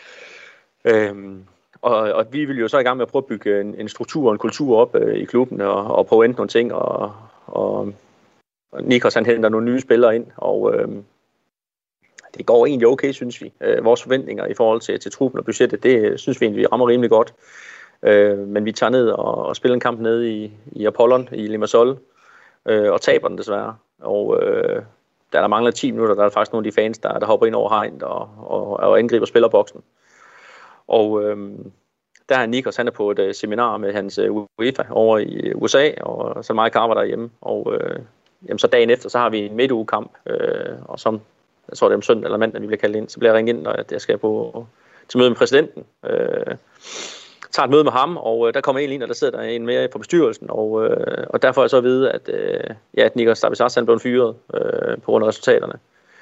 Og vi vil jo så i gang med at prøve at bygge en struktur og en kultur op i klubben, og prøve at ændre nogle ting, og Nikos, han henter nogle nye spillere ind, og det går egentlig okay, synes vi. Vores forventninger i forhold til truppen og budgettet, det synes vi egentlig, vi rammer rimelig godt. Men vi tager ned og spiller en kamp nede i Apollon i Limassol, og taber den desværre. Og da der mangler 10 minutter, der er faktisk nogle af de fans, der hopper ind over hegnet og angriber spillerboksen. Og der er Nikos, han er på et seminar med hans UEFA over i USA, og så meget Carver derhjemme. Og jamen, så dagen efter, så har vi en midtugekamp, og som jeg tror det er om søndag eller mandag, vi bliver kaldt ind, så bliver jeg ringet ind, når jeg skal til møde med præsidenten. Tager et møde med ham, og der kommer en ind, og der sidder der en mere på bestyrelsen, og der får jeg så at vide, at Nikos Darbisas blev fyret på grund af resultaterne.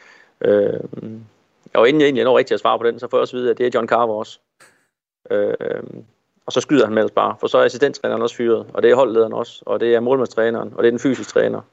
Og inden jeg egentlig når rigtig at svare på den, så får jeg også at vide, at det er John Carver også. Og så skyder han med os bare, for så er assistenttræneren også fyret, og det er holdlederen også, og det er målmandstræneren, og det er den fysiske træner.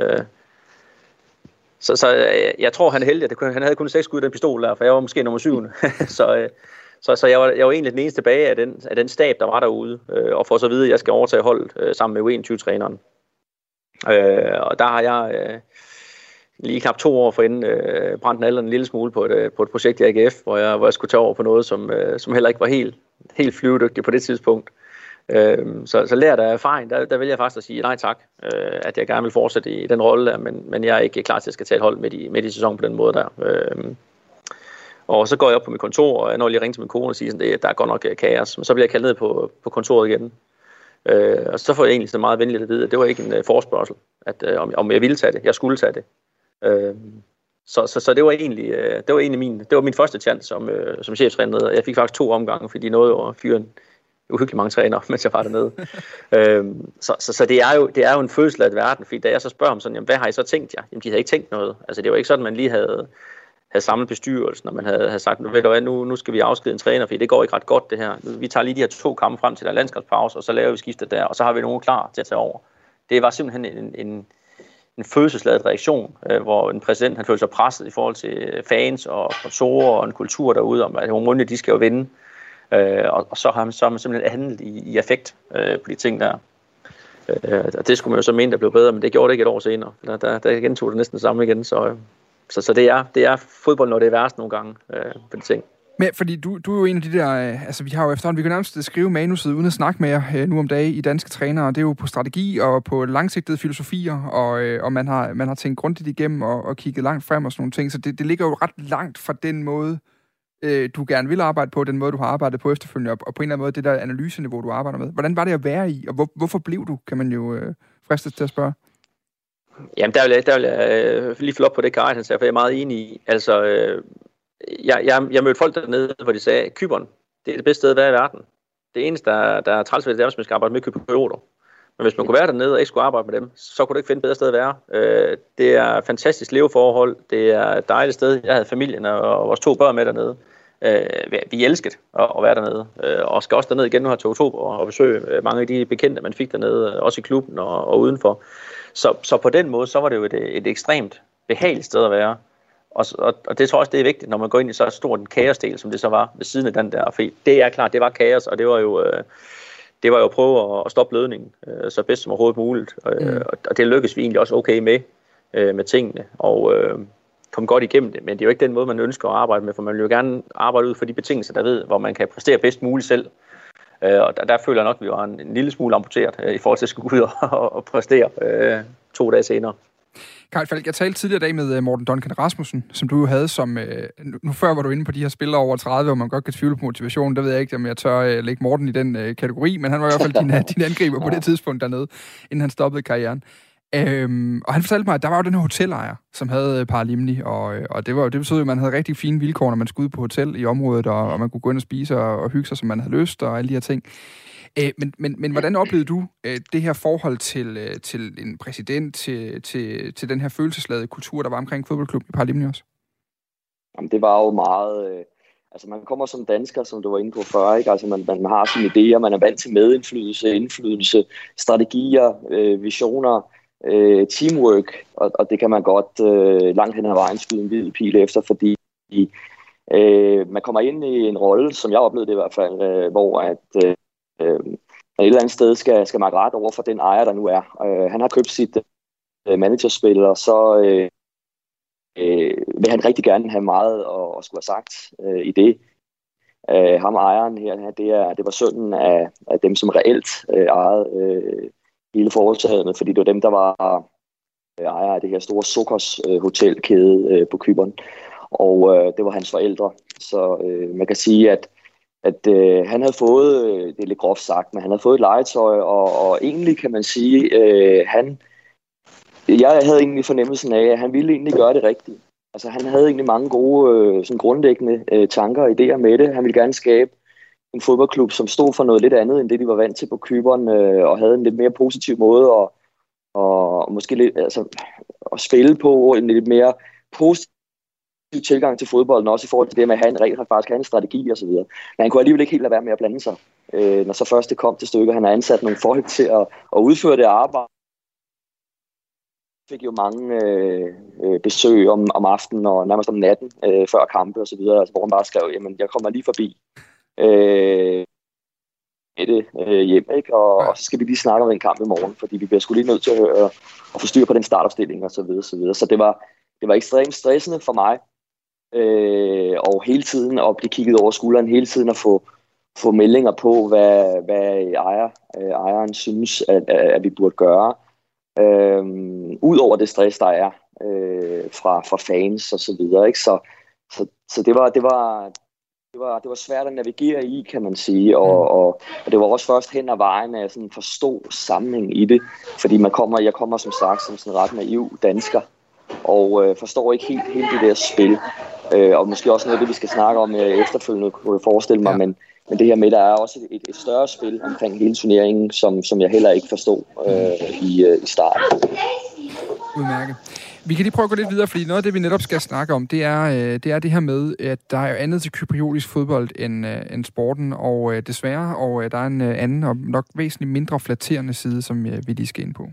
Så jeg tror, han er heldig, at han havde kun 6 skud i den pistol der, for jeg var måske nummer 7. Så jeg var egentlig den eneste tilbage af den stab, der var derude, og får så at vide, at jeg skal overtage holdet sammen med U21-træneren. Og der har jeg lige knap 2 år forinden brændt nallerne en lille smule på et projekt i AGF, hvor jeg skulle tage over på noget, som heller ikke var helt flyvedygtigt på det tidspunkt. Så lært af erfaring, der vælger jeg faktisk at sige nej tak, at jeg gerne vil fortsætte i den rolle der, men jeg er ikke klar til at jeg skal tage et hold midt i sæsonen på den måde der. Og så går jeg op på mit kontor, og jeg når lige ringe til min kone og siger, at der er godt nok kaos, men så bliver jeg kaldt ned på kontoret igen. Og så får jeg egentlig så meget venligt at vide, at det var ikke en forespørgsel, at om jeg ville tage det, jeg skulle tage det. Så det var egentlig min første chance som cheftræner, og jeg fik faktisk 2 omgange, fordi de nåede at fyre en uhyggeligt mange trænere, mens jeg var dernede. Så det er jo en følelsesladet verden, fordi da jeg så spørger om sådan, jamen, hvad har I så tænkt jer? Jamen, de havde ikke tænkt noget. Altså, det var ikke sådan, man lige havde samlet bestyrelsen, og man havde sagt, nu skal vi afskedige en træner, fordi det går ikke ret godt det her. Vi tager lige de her 2 kampe frem til der landskabspause, og så laver vi skiftet der, og så har vi nogen klar til at tage over. Det var simpelthen en følelsesladet reaktion, hvor en præsident han følte sig presset i forhold til fans og sponsorer og en kultur derude, om at Omonia, de skal jo vinde. Og så har man simpelthen handlet i affekt på de ting der. Og det skulle man jo så mene, der blev bedre, men det gjorde det ikke et år senere. Der gentog det næsten det samme igen, så det er fodbold, når det er værst nogle gange på de ting. Men fordi du er jo en af de der, altså vi har jo efterhånden, vi kan nærmest skrive manuset uden at snakke med jer nu om dagen i Danske Trænere, det er jo på strategi og på langsigtede filosofier, og man har tænkt grundigt igennem og kigget langt frem og sådan nogle ting, så det ligger jo ret langt fra den måde, du gerne vil arbejde på, den måde, du har arbejdet på efterfølgende, og på en eller anden måde det der analyseniveau, du arbejder med. Hvordan var det at være i, og hvorfor blev du, kan man jo fristes til at spørge? Jamen, der vil jeg lige følge op på det, Karin, han sagde, for jeg er meget enig i. Altså, jeg mødte folk dernede, hvor de sagde, Cypern, det er det bedste sted at være i verden. Det eneste, der er træls ved det, er, hvis man skal arbejde med cyprioter. Men hvis man kunne være dernede og ikke skulle arbejde med dem, så kunne det ikke finde et bedre sted at være. Det er fantastisk leveforhold. Det er et dejligt sted. Jeg havde familien og vores 2 børn med dernede. Vi elskede at være dernede. Og skal også derned igen nu her til oktober og besøge mange af de bekendte, man fik dernede, også i klubben og udenfor. Så på den måde, så var det jo et ekstremt behageligt sted at være. Og det tror jeg også, det er vigtigt, når man går ind i så stort en kaosdel, som det så var ved siden af den der. For det er klart, det var kaos, og det var jo at prøve at stoppe blødningen så bedst som overhovedet muligt. Og det lykkedes vi egentlig også okay med tingene, og kom godt igennem det. Men det er jo ikke den måde, man ønsker at arbejde med, for man vil jo gerne arbejde ud for de betingelser, der ved, hvor man kan præstere bedst muligt selv. Og der føler jeg nok, at vi var en lille smule amputeret i forhold til at skulle ud og præstere 2 dage senere. Carl Falk, jeg talte tidligere i dag med Morten Duncan Rasmussen, som du jo havde som... Nu før var du inde på de her spillere over 30, hvor man godt kan tvivle på motivationen. Der ved jeg ikke, om jeg tør lægge Morten i den kategori, men han var i hvert fald din angriber på det tidspunkt dernede, inden han stoppede karrieren. Og han fortalte mig, at der var jo den her hotelejer, som havde Paralimni, og det betød jo, at man havde rigtig fine vilkår, når man skulle ud på hotel i området, og man kunne gå ind og spise og hygge sig, som man havde lyst, og alle de her ting. Men hvordan oplevede du det her forhold til en præsident, til den her følelsesladede kultur, der var omkring fodboldklubben i Paralimni også? Jamen, det var jo meget... Altså, man kommer som dansker, som du var inde på før, ikke? Altså, man har sine idéer, man er vant til indflydelse, strategier, visioner, teamwork, og det kan man godt langt hen ad vejen skyde en hvid pil efter, fordi man kommer ind i en rolle, som jeg oplevede det i hvert fald, hvor at et eller andet sted skal man ret over for den ejer, der nu er. Han har købt sit managerspil, og så vil han rigtig gerne have meget at skulle have sagt i det. Ham ejeren her, det var sønnen af dem, som reelt ejede hele foretagendet, fordi det var dem, der var ejer af det her store Sokos hotelkæde på Cypern. Og det var hans forældre. Så man kan sige, at han havde fået, det er lidt groft sagt, men han havde fået et legetøj, og egentlig kan man sige, jeg havde egentlig fornemmelsen af, at han ville egentlig gøre det rigtigt. Altså han havde egentlig mange gode, sådan grundlæggende tanker og idéer med det. Han ville gerne skabe en fodboldklub, som stod for noget lidt andet, end det de var vant til på Cypern, og havde en lidt mere positiv måde og måske lidt, altså, at spille på, en lidt mere positiv tilgang til fodbolden, også i forhold til det med, at han rent faktisk havde en strategi og så videre. Men han kunne alligevel ikke helt lade være med at blande sig. Når så først det kom til stykker, han har ansat nogle folk til at udføre det arbejde. Fik jo mange besøg om aftenen og nærmest om natten før kampe og så videre, altså, hvor han bare skrev, jamen jeg kommer lige forbi hjem, ikke? Og så skal vi lige snakke om en kamp i morgen, fordi vi bliver sgu lige nødt til at få styr på den startopstilling og så videre, så videre. Så det var ekstremt stressende for mig, og hele tiden at blive kigget over skulderen, hele tiden at få meldinger på, hvad ejeren synes, at vi burde gøre. Udover det stress, der er fra fans og så videre, ikke? Så det var svært at navigere i, kan man sige, og det var også først hen ad vejen at sådan forstå sammenhæng i det, fordi jeg kommer som sagt som sådan ret naiv dansker, og forstår ikke helt det der spil, og måske også noget af det, vi skal snakke om efterfølgende, kunne jeg forestille mig, men det her med, der er også et større spil omkring hele turneringen, som jeg heller ikke forstod i starten. Udmærket. Vi kan lige prøve at gå lidt videre, fordi noget af det, vi netop skal snakke om, det er det her med, at der er andet til cypriotisk fodbold end sporten, og desværre, og der er en anden og nok væsentligt mindre flatterende side, som vi lige skal ind på.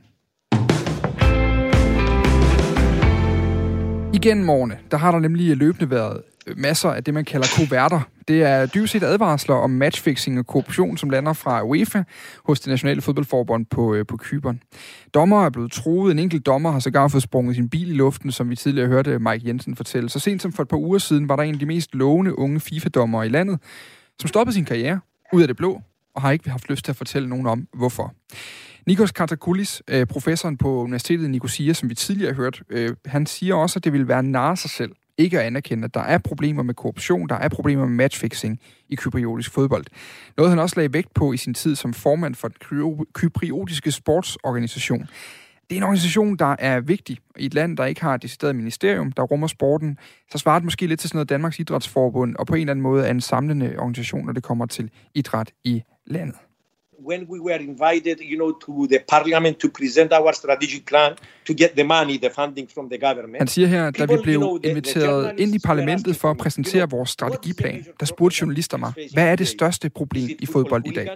Igennem årene, der har der nemlig løbende været masser af det, man kalder kuverter Det er dybest set advarsler om matchfixing og korruption, som lander fra UEFA hos det nationale fodboldforbund på Cypern. Dommer er blevet truet. En enkelt dommer har sågar fået sprunget sin bil i luften, som vi tidligere hørte Mike Jensen fortælle. Så sent som for et par uger siden var der en af de mest lovende unge FIFA-dommere i landet, som stoppede sin karriere ud af det blå, og har ikke haft lyst til at fortælle nogen om, hvorfor. Nikos Kartakoulis, professoren på Universitetet i Nicosia, som vi tidligere har hørt, han siger også, at det vil være narre sig selv ikke at anerkende, at der er problemer med korruption, der er problemer med matchfixing i kypriotisk fodbold. Noget han også lagde vægt på i sin tid som formand for den kypriotiske sportsorganisation. Det er en organisation, der er vigtig. I et land, der ikke har et decideret ministerium, der rummer sporten, så svarer det måske lidt til sådan noget Danmarks Idrætsforbund, og på en eller anden måde er en samlende organisation, når det kommer til idræt i landet. When we were invited, to the parliament to present our strategic plan to get the money, the funding from the government. Han siger her, da vi blev inviteret ind i parlamentet for at præsentere vores strategiplan, der spurgte journalister mig, hvad er det største problem i fodbold i dag?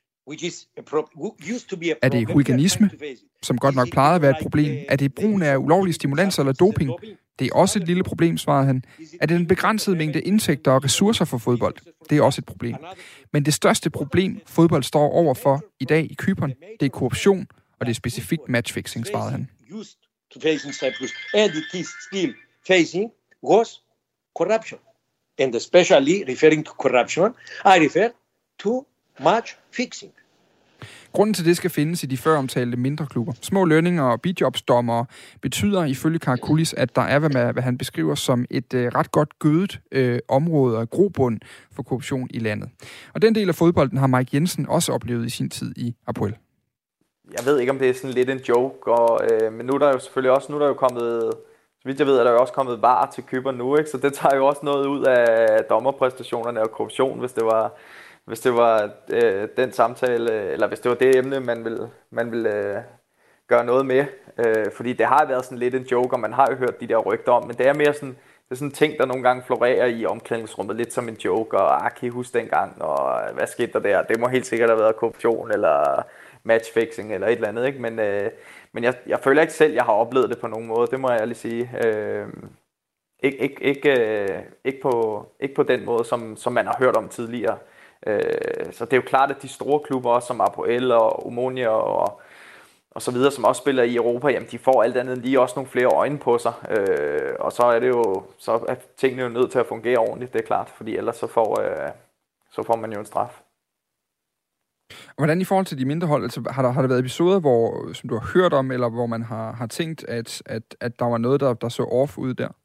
Er det huliganisme, som godt nok plejede at være et problem? Er det brugen af ulovlige stimulanser eller doping? Det er også et lille problem, svarede han. Er det den begrænsede mængde indtægter og ressourcer for fodbold? Det er også et problem. Men det største problem, fodbold står overfor i dag i Cypern, det er korruption, og det er specifikt matchfixing, svarede han. And it is still facing was corruption. And especially referring to corruption, I refer to match fixing. Grunden til det skal findes i de før omtalte mindre klubber. Små lønninger og bidjobsdommere betyder ifølge Kartakoulis, at der er, hvad han beskriver som et ret godt gødet område og grobund for korruption i landet. Og den del af fodbolden har Mike Jensen også oplevet i sin tid i Apoel. Jeg ved ikke, om det er sådan lidt en joke, men nu er der jo selvfølgelig også, nu er der jo kommet, så vidt jeg ved, er der jo også kommet VAR til Cypern nu, ikke? Så det tager jo også noget ud af dommerpræstationerne og korruption, hvis det var den samtale, eller hvis det var det emne, man ville gøre noget med. Fordi det har været sådan lidt en joke, og man har jo hørt de der rygter om, men det er mere sådan, det er sådan ting, der nogle gange florerer i omklædningsrummet, lidt som en joke, og kan I huske dengang, og hvad skete der? Det må helt sikkert have været korruption, eller matchfixing, eller et eller andet, ikke? Men jeg føler ikke selv, jeg har oplevet det på nogen måde, det må jeg ærligt sige. Ikke på den måde, som man har hørt om tidligere. Så det er jo klart, at de store klubber, også som Apoel og Omonia og så videre, som også spiller i Europa, jamen de får alt andet lige også nogle flere øjne på sig. Og så er det jo, så er tingene jo nødt til at fungere ordentligt, det er klart, fordi ellers så får man jo en straf. Hvordan i forhold til de mindre hold, altså, har der været episoder, hvor, som du har hørt om, eller hvor man har tænkt, at der var noget, der så off ud der?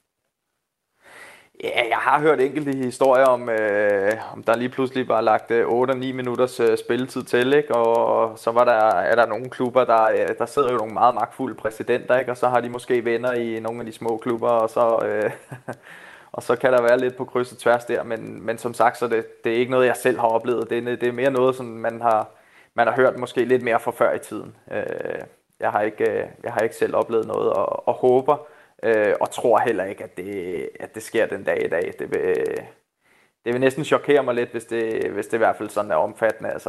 Ja, jeg har hørt enkelte historier om der lige pludselig var lagt 8 og 9 minutters spilletid til, ikke? Og så er der nogle klubber, der sidder jo nogle meget magtfulde præsidenter, ikke? Og så har de måske venner i nogle af de små klubber, og så kan der være lidt på kryds og tværs der, men som sagt, så det er ikke noget, jeg selv har oplevet. Det er mere noget, som man har hørt måske lidt mere fra før i tiden. Jeg har ikke selv oplevet noget, og håber, og tror heller ikke, at det sker den dag i dag. Det vil næsten chokere mig lidt, hvis det i hvert fald sådan er omfattende, altså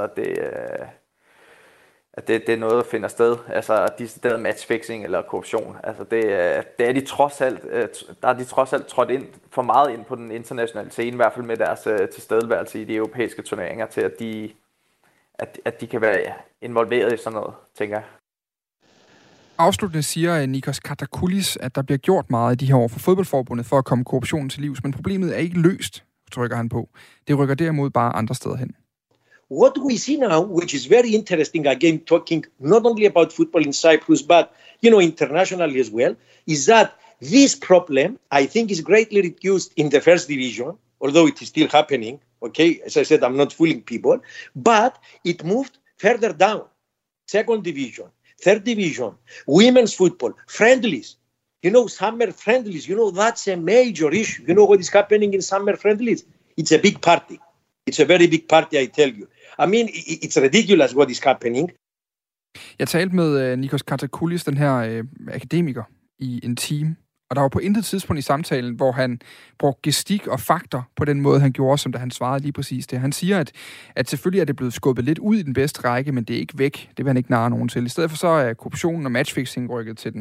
at det er noget, der finder sted. Altså decideret matchfixing eller korruption. Altså det er de trods alt, der er de trods alt trådt ind for meget ind på den internationale scene, i hvert fald med deres tilstedeværelse i de europæiske turneringer, til at de kan være involveret i sådan noget, tænker jeg. Afsluttende siger Nikos Kartakoulis, at der bliver gjort meget i de her år for fodboldforbundet for at komme korruptionen til livs, men problemet er ikke løst, trykker han på. Det rykker derimod bare andre steder hen. What we see now, which is very interesting, again talking not only about football in Cyprus, but internationally as well, is that this problem, I think, is greatly reduced in the first division, although it is still happening. Okay, as I said, I'm not fooling people, but it moved further down. Second division, third division, women's football, friendlies. Summer friendlies, that's a major issue. You know what is happening in summer friendlies? It's a big party. It's a very big party, I tell you. I mean, it's ridiculous what is happening. Jeg talte med Nikos Kartakoulis, den her akademiker, i en time. Og der var på intet tidspunkt i samtalen, hvor han brugte gestik og fakter på den måde, han gjorde, som da han svarede lige præcis det. Han siger, at selvfølgelig er det blevet skubbet lidt ud i den bedste række, men det er ikke væk. Det vil han ikke narre nogen til. I stedet for så er korruptionen og matchfixing rykket til den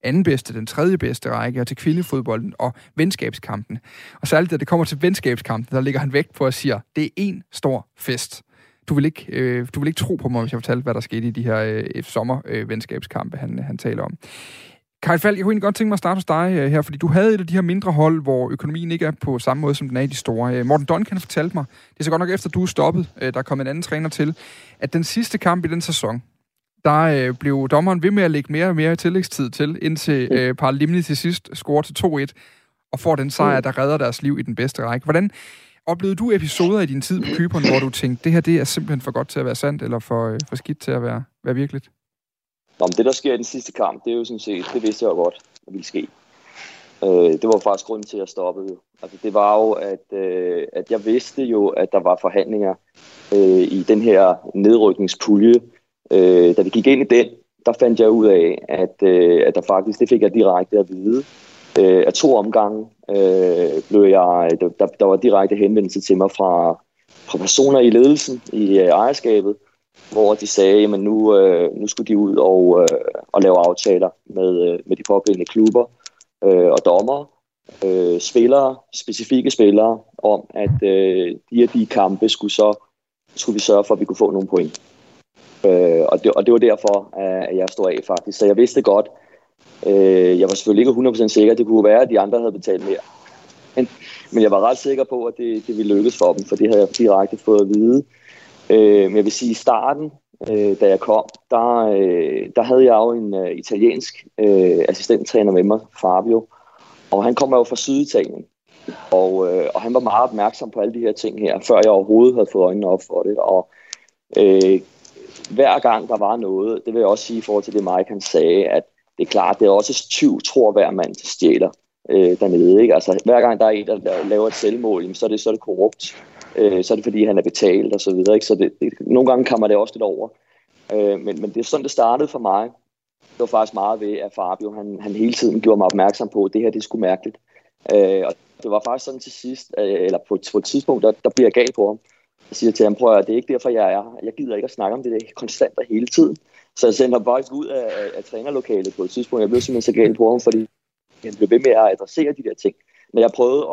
anden bedste, den tredje bedste række, og til kvindefodbolden og venskabskampen. Og særligt, da det kommer til venskabskampen, der ligger han vægt på at sige, det er en stor fest. Du vil ikke tro på mig, hvis jeg fortalte, hvad der skete i de her sommervenskabskampe, han taler om. Kyle Falk, jeg kunne egentlig godt tænke mig at starte hos dig her, fordi du havde et af de her mindre hold, hvor økonomien ikke er på samme måde, som den er i de store. Morten Duncan fortalte mig, det er så godt nok efter, du er stoppet, der er kommet en anden træner til, at den sidste kamp i den sæson, der blev dommeren ved med at lægge mere og mere tillægstid til, indtil Paralimni til sidst scorer til 2-1, og får den sejr, der redder deres liv i den bedste række. Hvordan oplevede du episoder i din tid på Cypern, hvor du tænkte, det her det er simpelthen for godt til at være sandt, eller for skidt til at være virkeligt? Nå, det, der sker i den sidste kamp, det er jo sådan set, det vidste jeg jo godt, at ville ske. Det var faktisk grunden til, at jeg stoppede. Altså, det var jo, at jeg vidste jo, at der var forhandlinger i den her nedrykningspulje. Da vi gik ind i den, der fandt jeg ud af, at der faktisk, det fik jeg direkte at vide. Af 2 omgange blev der var direkte henvendelse til mig fra personer i ledelsen, i ejerskabet, hvor de sagde, at nu skulle de ud og lave aftaler med de pågældende klubber og dommere, specifikke spillere, om at de kampe skulle vi sørge for, at vi kunne få nogle point. Og det var derfor, at jeg stod af faktisk. Så jeg vidste godt, jeg var selvfølgelig ikke 100% sikker, at det kunne være, at de andre havde betalt mere. Men jeg var ret sikker på, at det ville lykkes for dem, for det havde jeg direkte fået at vide. Men jeg vil sige, i starten, da jeg kom, der havde jeg jo en italiensk assistenttræner med mig, Fabio, og han kommer jo fra Syditalien. Og han var meget opmærksom på alle de her ting her, før jeg overhovedet havde fået øjnene op for det. Og hver gang der var noget, det vil jeg også sige i forhold til det Mike han sagde, at det er klart, det er også tyv, tror hver mand stjæler dernede. Ikke? Altså, hver gang der er en, der laver et selvmål, så er det korrupt. Så er det fordi, han er betalt og så videre. Ikke? Så nogle gange kommer det også lidt over. Men det er sådan, det startede for mig. Det var faktisk meget ved, at Fabio han hele tiden gjorde mig opmærksom på, at det her det er sgu mærkeligt. Og det var faktisk sådan til sidst, eller på et tidspunkt, der bliver jeg gal på ham. Jeg siger til ham, prøv at det er ikke derfor, jeg er her. Jeg gider ikke at snakke om det konstant og hele tiden. Så jeg sendte ham faktisk ud af trænerlokalet på et tidspunkt. Jeg blev simpelthen så gal på ham, fordi han blev ved med at adressere de der ting. Når jeg prøvede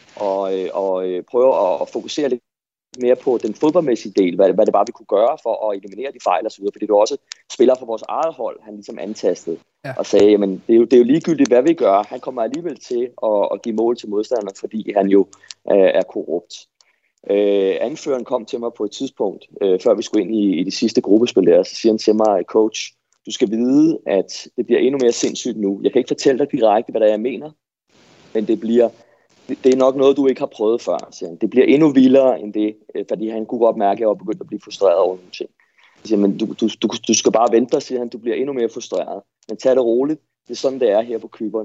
at fokusere lidt mere på den fodboldmæssige del, hvad det var, vi kunne gøre for at eliminere de fejl og så videre. Fordi det var også spillere fra vores eget hold, han ligesom antastede og sagde, jamen det er jo ligegyldigt, hvad vi gør. Han kommer alligevel til at give mål til modstanderne, fordi han jo er korrupt. Anføreren kom til mig på et tidspunkt, før vi skulle ind i de sidste gruppespil der, så siger han til mig, coach, du skal vide, at det bliver endnu mere sindssygt nu. Jeg kan ikke fortælle dig direkte, hvad det er, jeg mener, men det er nok noget, du ikke har prøvet før, siger han. Det bliver endnu vildere end det, fordi han kunne godt mærke, at jeg var begyndt at blive frustreret over nogle ting. Jeg siger, men du skal bare vente dig, siger han, du bliver endnu mere frustreret. Men tag det roligt, det er sådan, det er her på Cypern.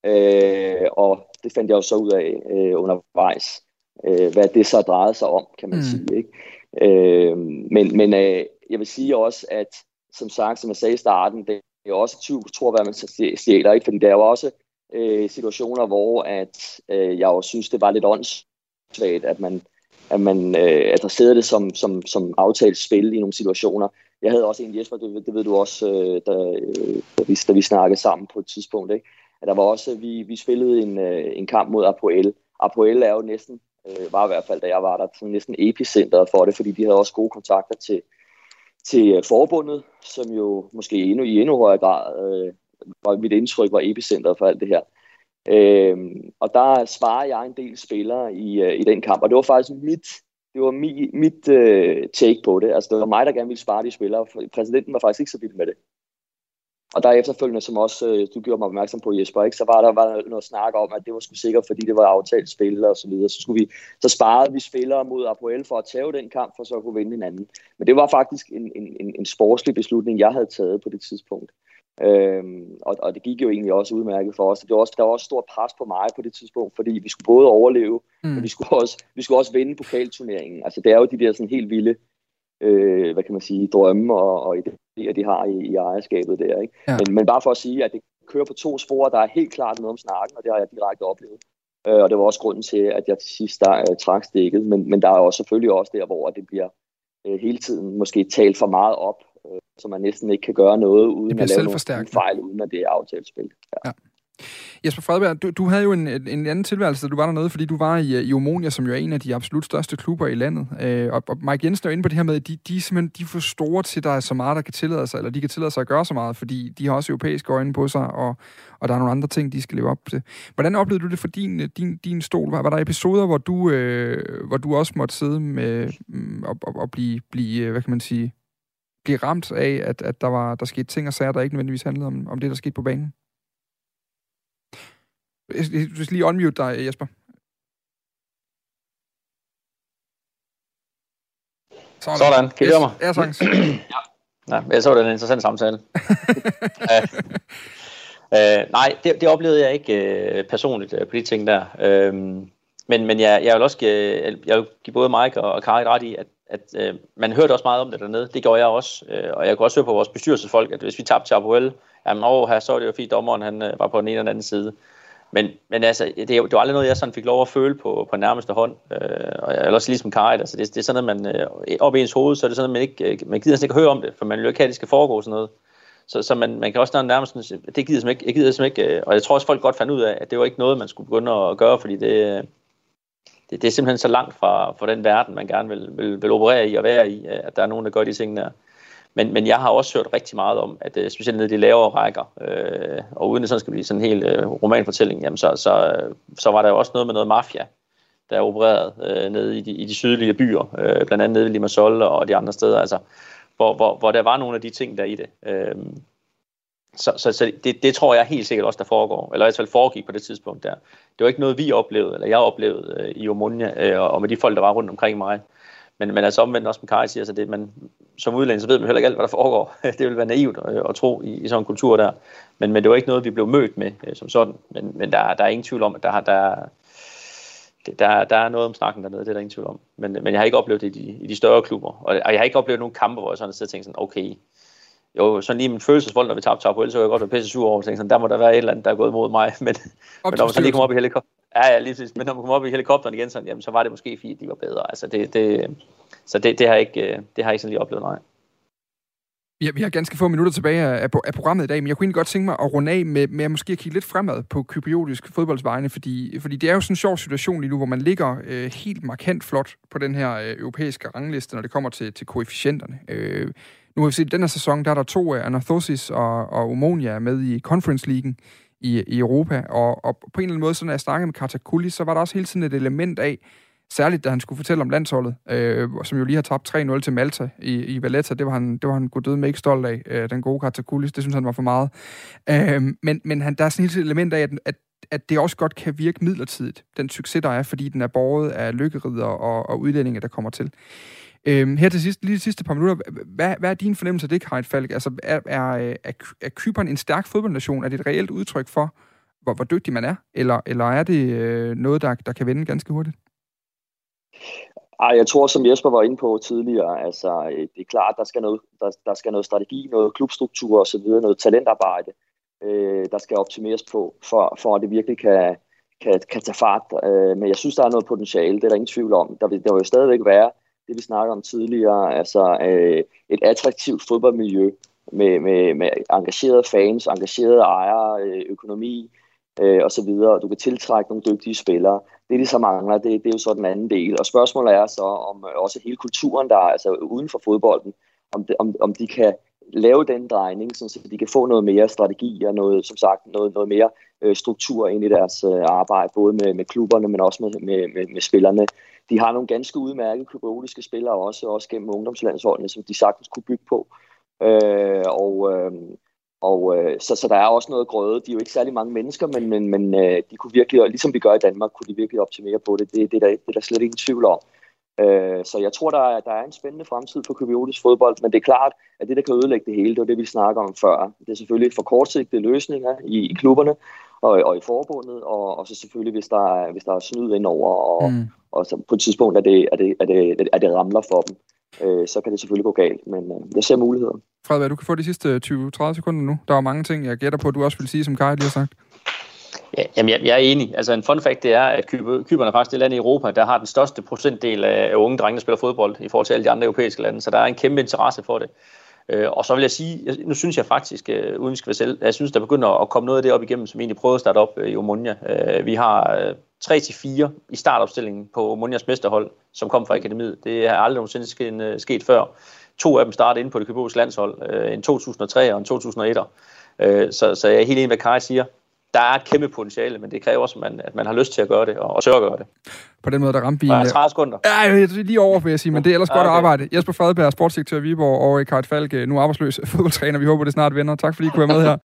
Og det fandt jeg jo så ud af undervejs, hvad det så drejede sig om, kan man sige. Ikke? Men jeg vil sige også, at som sagt, som jeg sagde i starten, det er også 20, tror hvad man stjæler, ikke? Fordi der er jo også situationer, hvor at jeg jo synes, det var lidt åndssvagt, at man adresserede det som aftalt spil i nogle situationer. Jeg havde også en Jesper, det ved du også, da vi snakkede sammen på et tidspunkt, ikke? At der var også, vi spillede en kamp mod Apoel. Apoel er jo næsten, var i hvert fald, da jeg var der, sådan næsten epicentret for det, fordi de havde også gode kontakter til forbundet, som jo måske i endnu højere grad var mit indtryk, var epicentret for alt det her. Og der svarede jeg en del spillere i den kamp, og det var faktisk mit take på det. Altså det var mig, der gerne ville spare de spillere, for præsidenten var faktisk ikke så vild med det. Og der efterfølgende, som også du gjorde mig opmærksom på, Jesper, ikke, så var der noget snak om, at det var sgu sikkert, fordi det var aftalt spillere og så videre. Så sparede vi spillere mod Apoel for at tage den kamp, for så at kunne vinde hinanden. Men det var faktisk en sportslig beslutning, jeg havde taget på det tidspunkt. Og det gik jo egentlig også udmærket for os. Der var også stort pres på mig på det tidspunkt, fordi vi skulle både overleve, men vi skulle også vinde pokalturneringen. Altså det er jo de der sådan helt vilde, hvad kan man sige, drømme og idéer, de har i ejerskabet der, ikke? Ja. Men bare for at sige, at det kører på 2 spor, der er helt klart noget om snakken, og det har jeg direkte oplevet. Og det var også grunden til, at jeg til sidst trak stikket. Men der er jo selvfølgelig også der, hvor det bliver hele tiden måske talt for meget op, så man næsten ikke kan gøre noget uden at lave nogle fejl, uden at det er aftalespil. Ja. Jesper Fredberg, du havde jo en anden tilværelse, da du var dernede, fordi du var i Omonia, som jo er en af de absolut største klubber i landet. Og Mike Jensen er jo inde på det her med, at de er simpelthen de er for store til, der er så meget, der kan tillade sig, eller de kan tillade sig at gøre så meget, fordi de har også europæiske øjne på sig, og der er nogle andre ting, de skal leve op til. Hvordan oplevede du det for din stol? Var der episoder, hvor du også måtte sidde med og blive hvad kan man sige, blive ramt af, at der skete ting og sager, der ikke nødvendigvis handlede om det, der skete på banen? Jeg skal lige unmute dig, Jesper. Sådan. Kan I høre mig? Ja, sagtens. Ja, jeg så det en interessant samtale. Nej, det oplevede jeg ikke personligt på de ting der. Men jeg vil også give både Mike og Kari ret i, at man hørte også meget om det dernede. Det gjorde jeg også. Og jeg kunne også høre på vores bestyrelsesfolk, at hvis vi tabte til Apoel, her så var det jo fint, dommeren han var på den ene eller anden side. Men altså, det var aldrig noget, jeg sådan fik lov at føle på nærmeste hånd. Og jeg er også ligesom Kari, altså det er sådan noget, man op i ens hoved, så er det sådan, at man gider ikke at høre om det, for man vil jo ikke have, at det skal foregå sådan noget. Så man kan også nærmest, det gider jeg gider ikke, og jeg tror også, folk godt fandt ud af, at det var ikke noget, man skulle begynde at gøre, fordi det er simpelthen så langt fra den verden, man gerne vil operere i og være i, at der er nogen, der gør de ting der. Men jeg har også hørt rigtig meget om, at specielt nede i de lavere rækker, og uden det sådan skal blive sådan en hel romanfortælling, jamen så var der jo også noget med noget mafia, der opererede nede i de sydlige byer, blandt andet nede i Limassol og de andre steder, altså, hvor der var nogle af de ting der i det. Så det tror jeg helt sikkert også, der foregår, eller i hvert fald foregik på det tidspunkt der. Det var ikke noget, vi oplevede, eller jeg oplevede i Omonia, og med de folk, der var rundt omkring mig. Men altså omvendt også med Kari siger, så det, man som udlænding, så ved man heller ikke alt, hvad der foregår. Det vil være naivt at tro i sådan en kultur der. Men det var ikke noget, vi blev mødt med som sådan. Men der er ingen tvivl om, at der er noget om snakken dernede, det er der ingen tvivl om. Men jeg har ikke oplevet det i de større klubber. Og jeg har ikke oplevet nogen kampe, hvor jeg sådan sidder og tænker sådan, okay, jo, sådan lige min følelsesvold, når vi tabte Apoel, så var jeg godt være pisse sur over, og tænkte sådan, der må der være et eller andet, der er gået imod mig. Men når man så lige kommer op i helikopteren, ja, lige præcis. Men når man kommer op i helikopteren igen, sådan, jamen, så var det måske fordi, de var bedre. Altså, det har jeg ikke sådan lige oplevet, nej. Vi har ganske få minutter tilbage af programmet i dag, men jeg kunne egentlig godt tænke mig at runde af med at måske kigge lidt fremad på kypriotisk fodboldsvejene, fordi det er jo sådan en sjov situation lige nu, hvor man ligger helt markant flot på den her europæiske rangliste, når det kommer til koefficienterne. Nu har vi set, at den her sæson, der er der 2 Anathosis og Omonia med i Conference League i Europa, og på en eller anden måde, så når jeg snakkede med Kartakoulis, så var der også hele tiden et element af, særligt da han skulle fortælle om landsholdet, som jo lige har tabt 3-0 til Malta i Valletta. Det var han god død med ikke stolt af, den gode Kartakoulis. Det synes han var for meget. Men der er sådan hele tiden et element af, at det også godt kan virke midlertidigt, den succes, der er, fordi den er båret af lykkerider og udlændinge, der kommer til. Her til sidst, lige de sidste par minutter, hvad er din fornemmelse af det, Karin Falk? Altså, er Cypern en stærk fodboldnation? Er det et reelt udtryk for, hvor dygtig man er? Eller er det noget, der kan vende ganske hurtigt? Jeg tror, som Jesper var inde på tidligere, altså det er klart, der skal noget strategi, noget klubstruktur osv., noget talentarbejde, der skal optimeres på, for at det virkelig kan tage fart. Men jeg synes, der er noget potentiale, det er der ingen tvivl om. Der vil jo stadigvæk være det, vi snakker om tidligere, altså et attraktivt fodboldmiljø med engagerede fans, engagerede ejere, økonomi og så videre. Du kan tiltrække nogle dygtige spillere. Det, de så mangler, det er jo så den anden del. Og spørgsmålet er så, om også hele kulturen, der er altså uden for fodbolden, om de kan lave den drejning, så de kan få noget mere strategi og noget, som sagt, noget mere struktur ind i deres arbejde, både med klubberne, men også med spillerne. De har nogle ganske udmærkede kypriotiske spillere også gennem ungdomslandsholdene, som de sagtens kunne bygge på. Så der er også noget grøde. De er jo ikke særlig mange mennesker, men de kunne virkelig, ligesom vi gør i Danmark, kunne de virkelig optimere på det. Det er der slet ikke tvivl om. Så jeg tror, der er en spændende fremtid for kypriotisk fodbold, men det er klart, at det, der kan ødelægge det hele, det er det, vi snakker om før. Det er selvfølgelig for kortsigtede løsninger i klubberne og i forbundet, og så selvfølgelig, hvis der er snyd indover, og så på et tidspunkt, at det ramler for dem. Så kan det selvfølgelig gå galt, men jeg ser muligheder. Fredberg, du kan få de sidste 20-30 sekunder nu. Der er mange ting, jeg gætter på, at du også vil sige, som Kari lige har sagt. Ja, jamen, jeg er enig. Altså en fun fact, det er, at Cypern er faktisk det land i Europa, der har den største procentdel af unge drenge, der spiller fodbold, i forhold til alle de andre europæiske lande, så der er en kæmpe interesse for det. Og så vil jeg sige, nu synes jeg faktisk, uden skal være selv, jeg synes, der begynder at komme noget af det op igennem, som egentlig prøvede at starte op i Omonia. Vi har 3-4 i startopstillingen på Omonias mesterhold, som kom fra akademiet. Det har aldrig nogensinde sket før. 2 af dem startede inde på det københavnske landshold, en 2003 og en 2001'er. Så jeg er helt enig, hvad Kai siger. Der er et kæmpe potentiale, men det kræver også, at man har lyst til at gøre det, og sørge at gøre det. På den måde, der ramte vi... 30 sekunder. Ja, lige over, vil jeg sige, men det er ellers godt arbejde. Jesper Fredberg, sportsdirektør i Viborg, og Kai Falk, nu arbejdsløs fodboldtræner. Vi håber, det snart vender. Tak fordi I kunne være med her.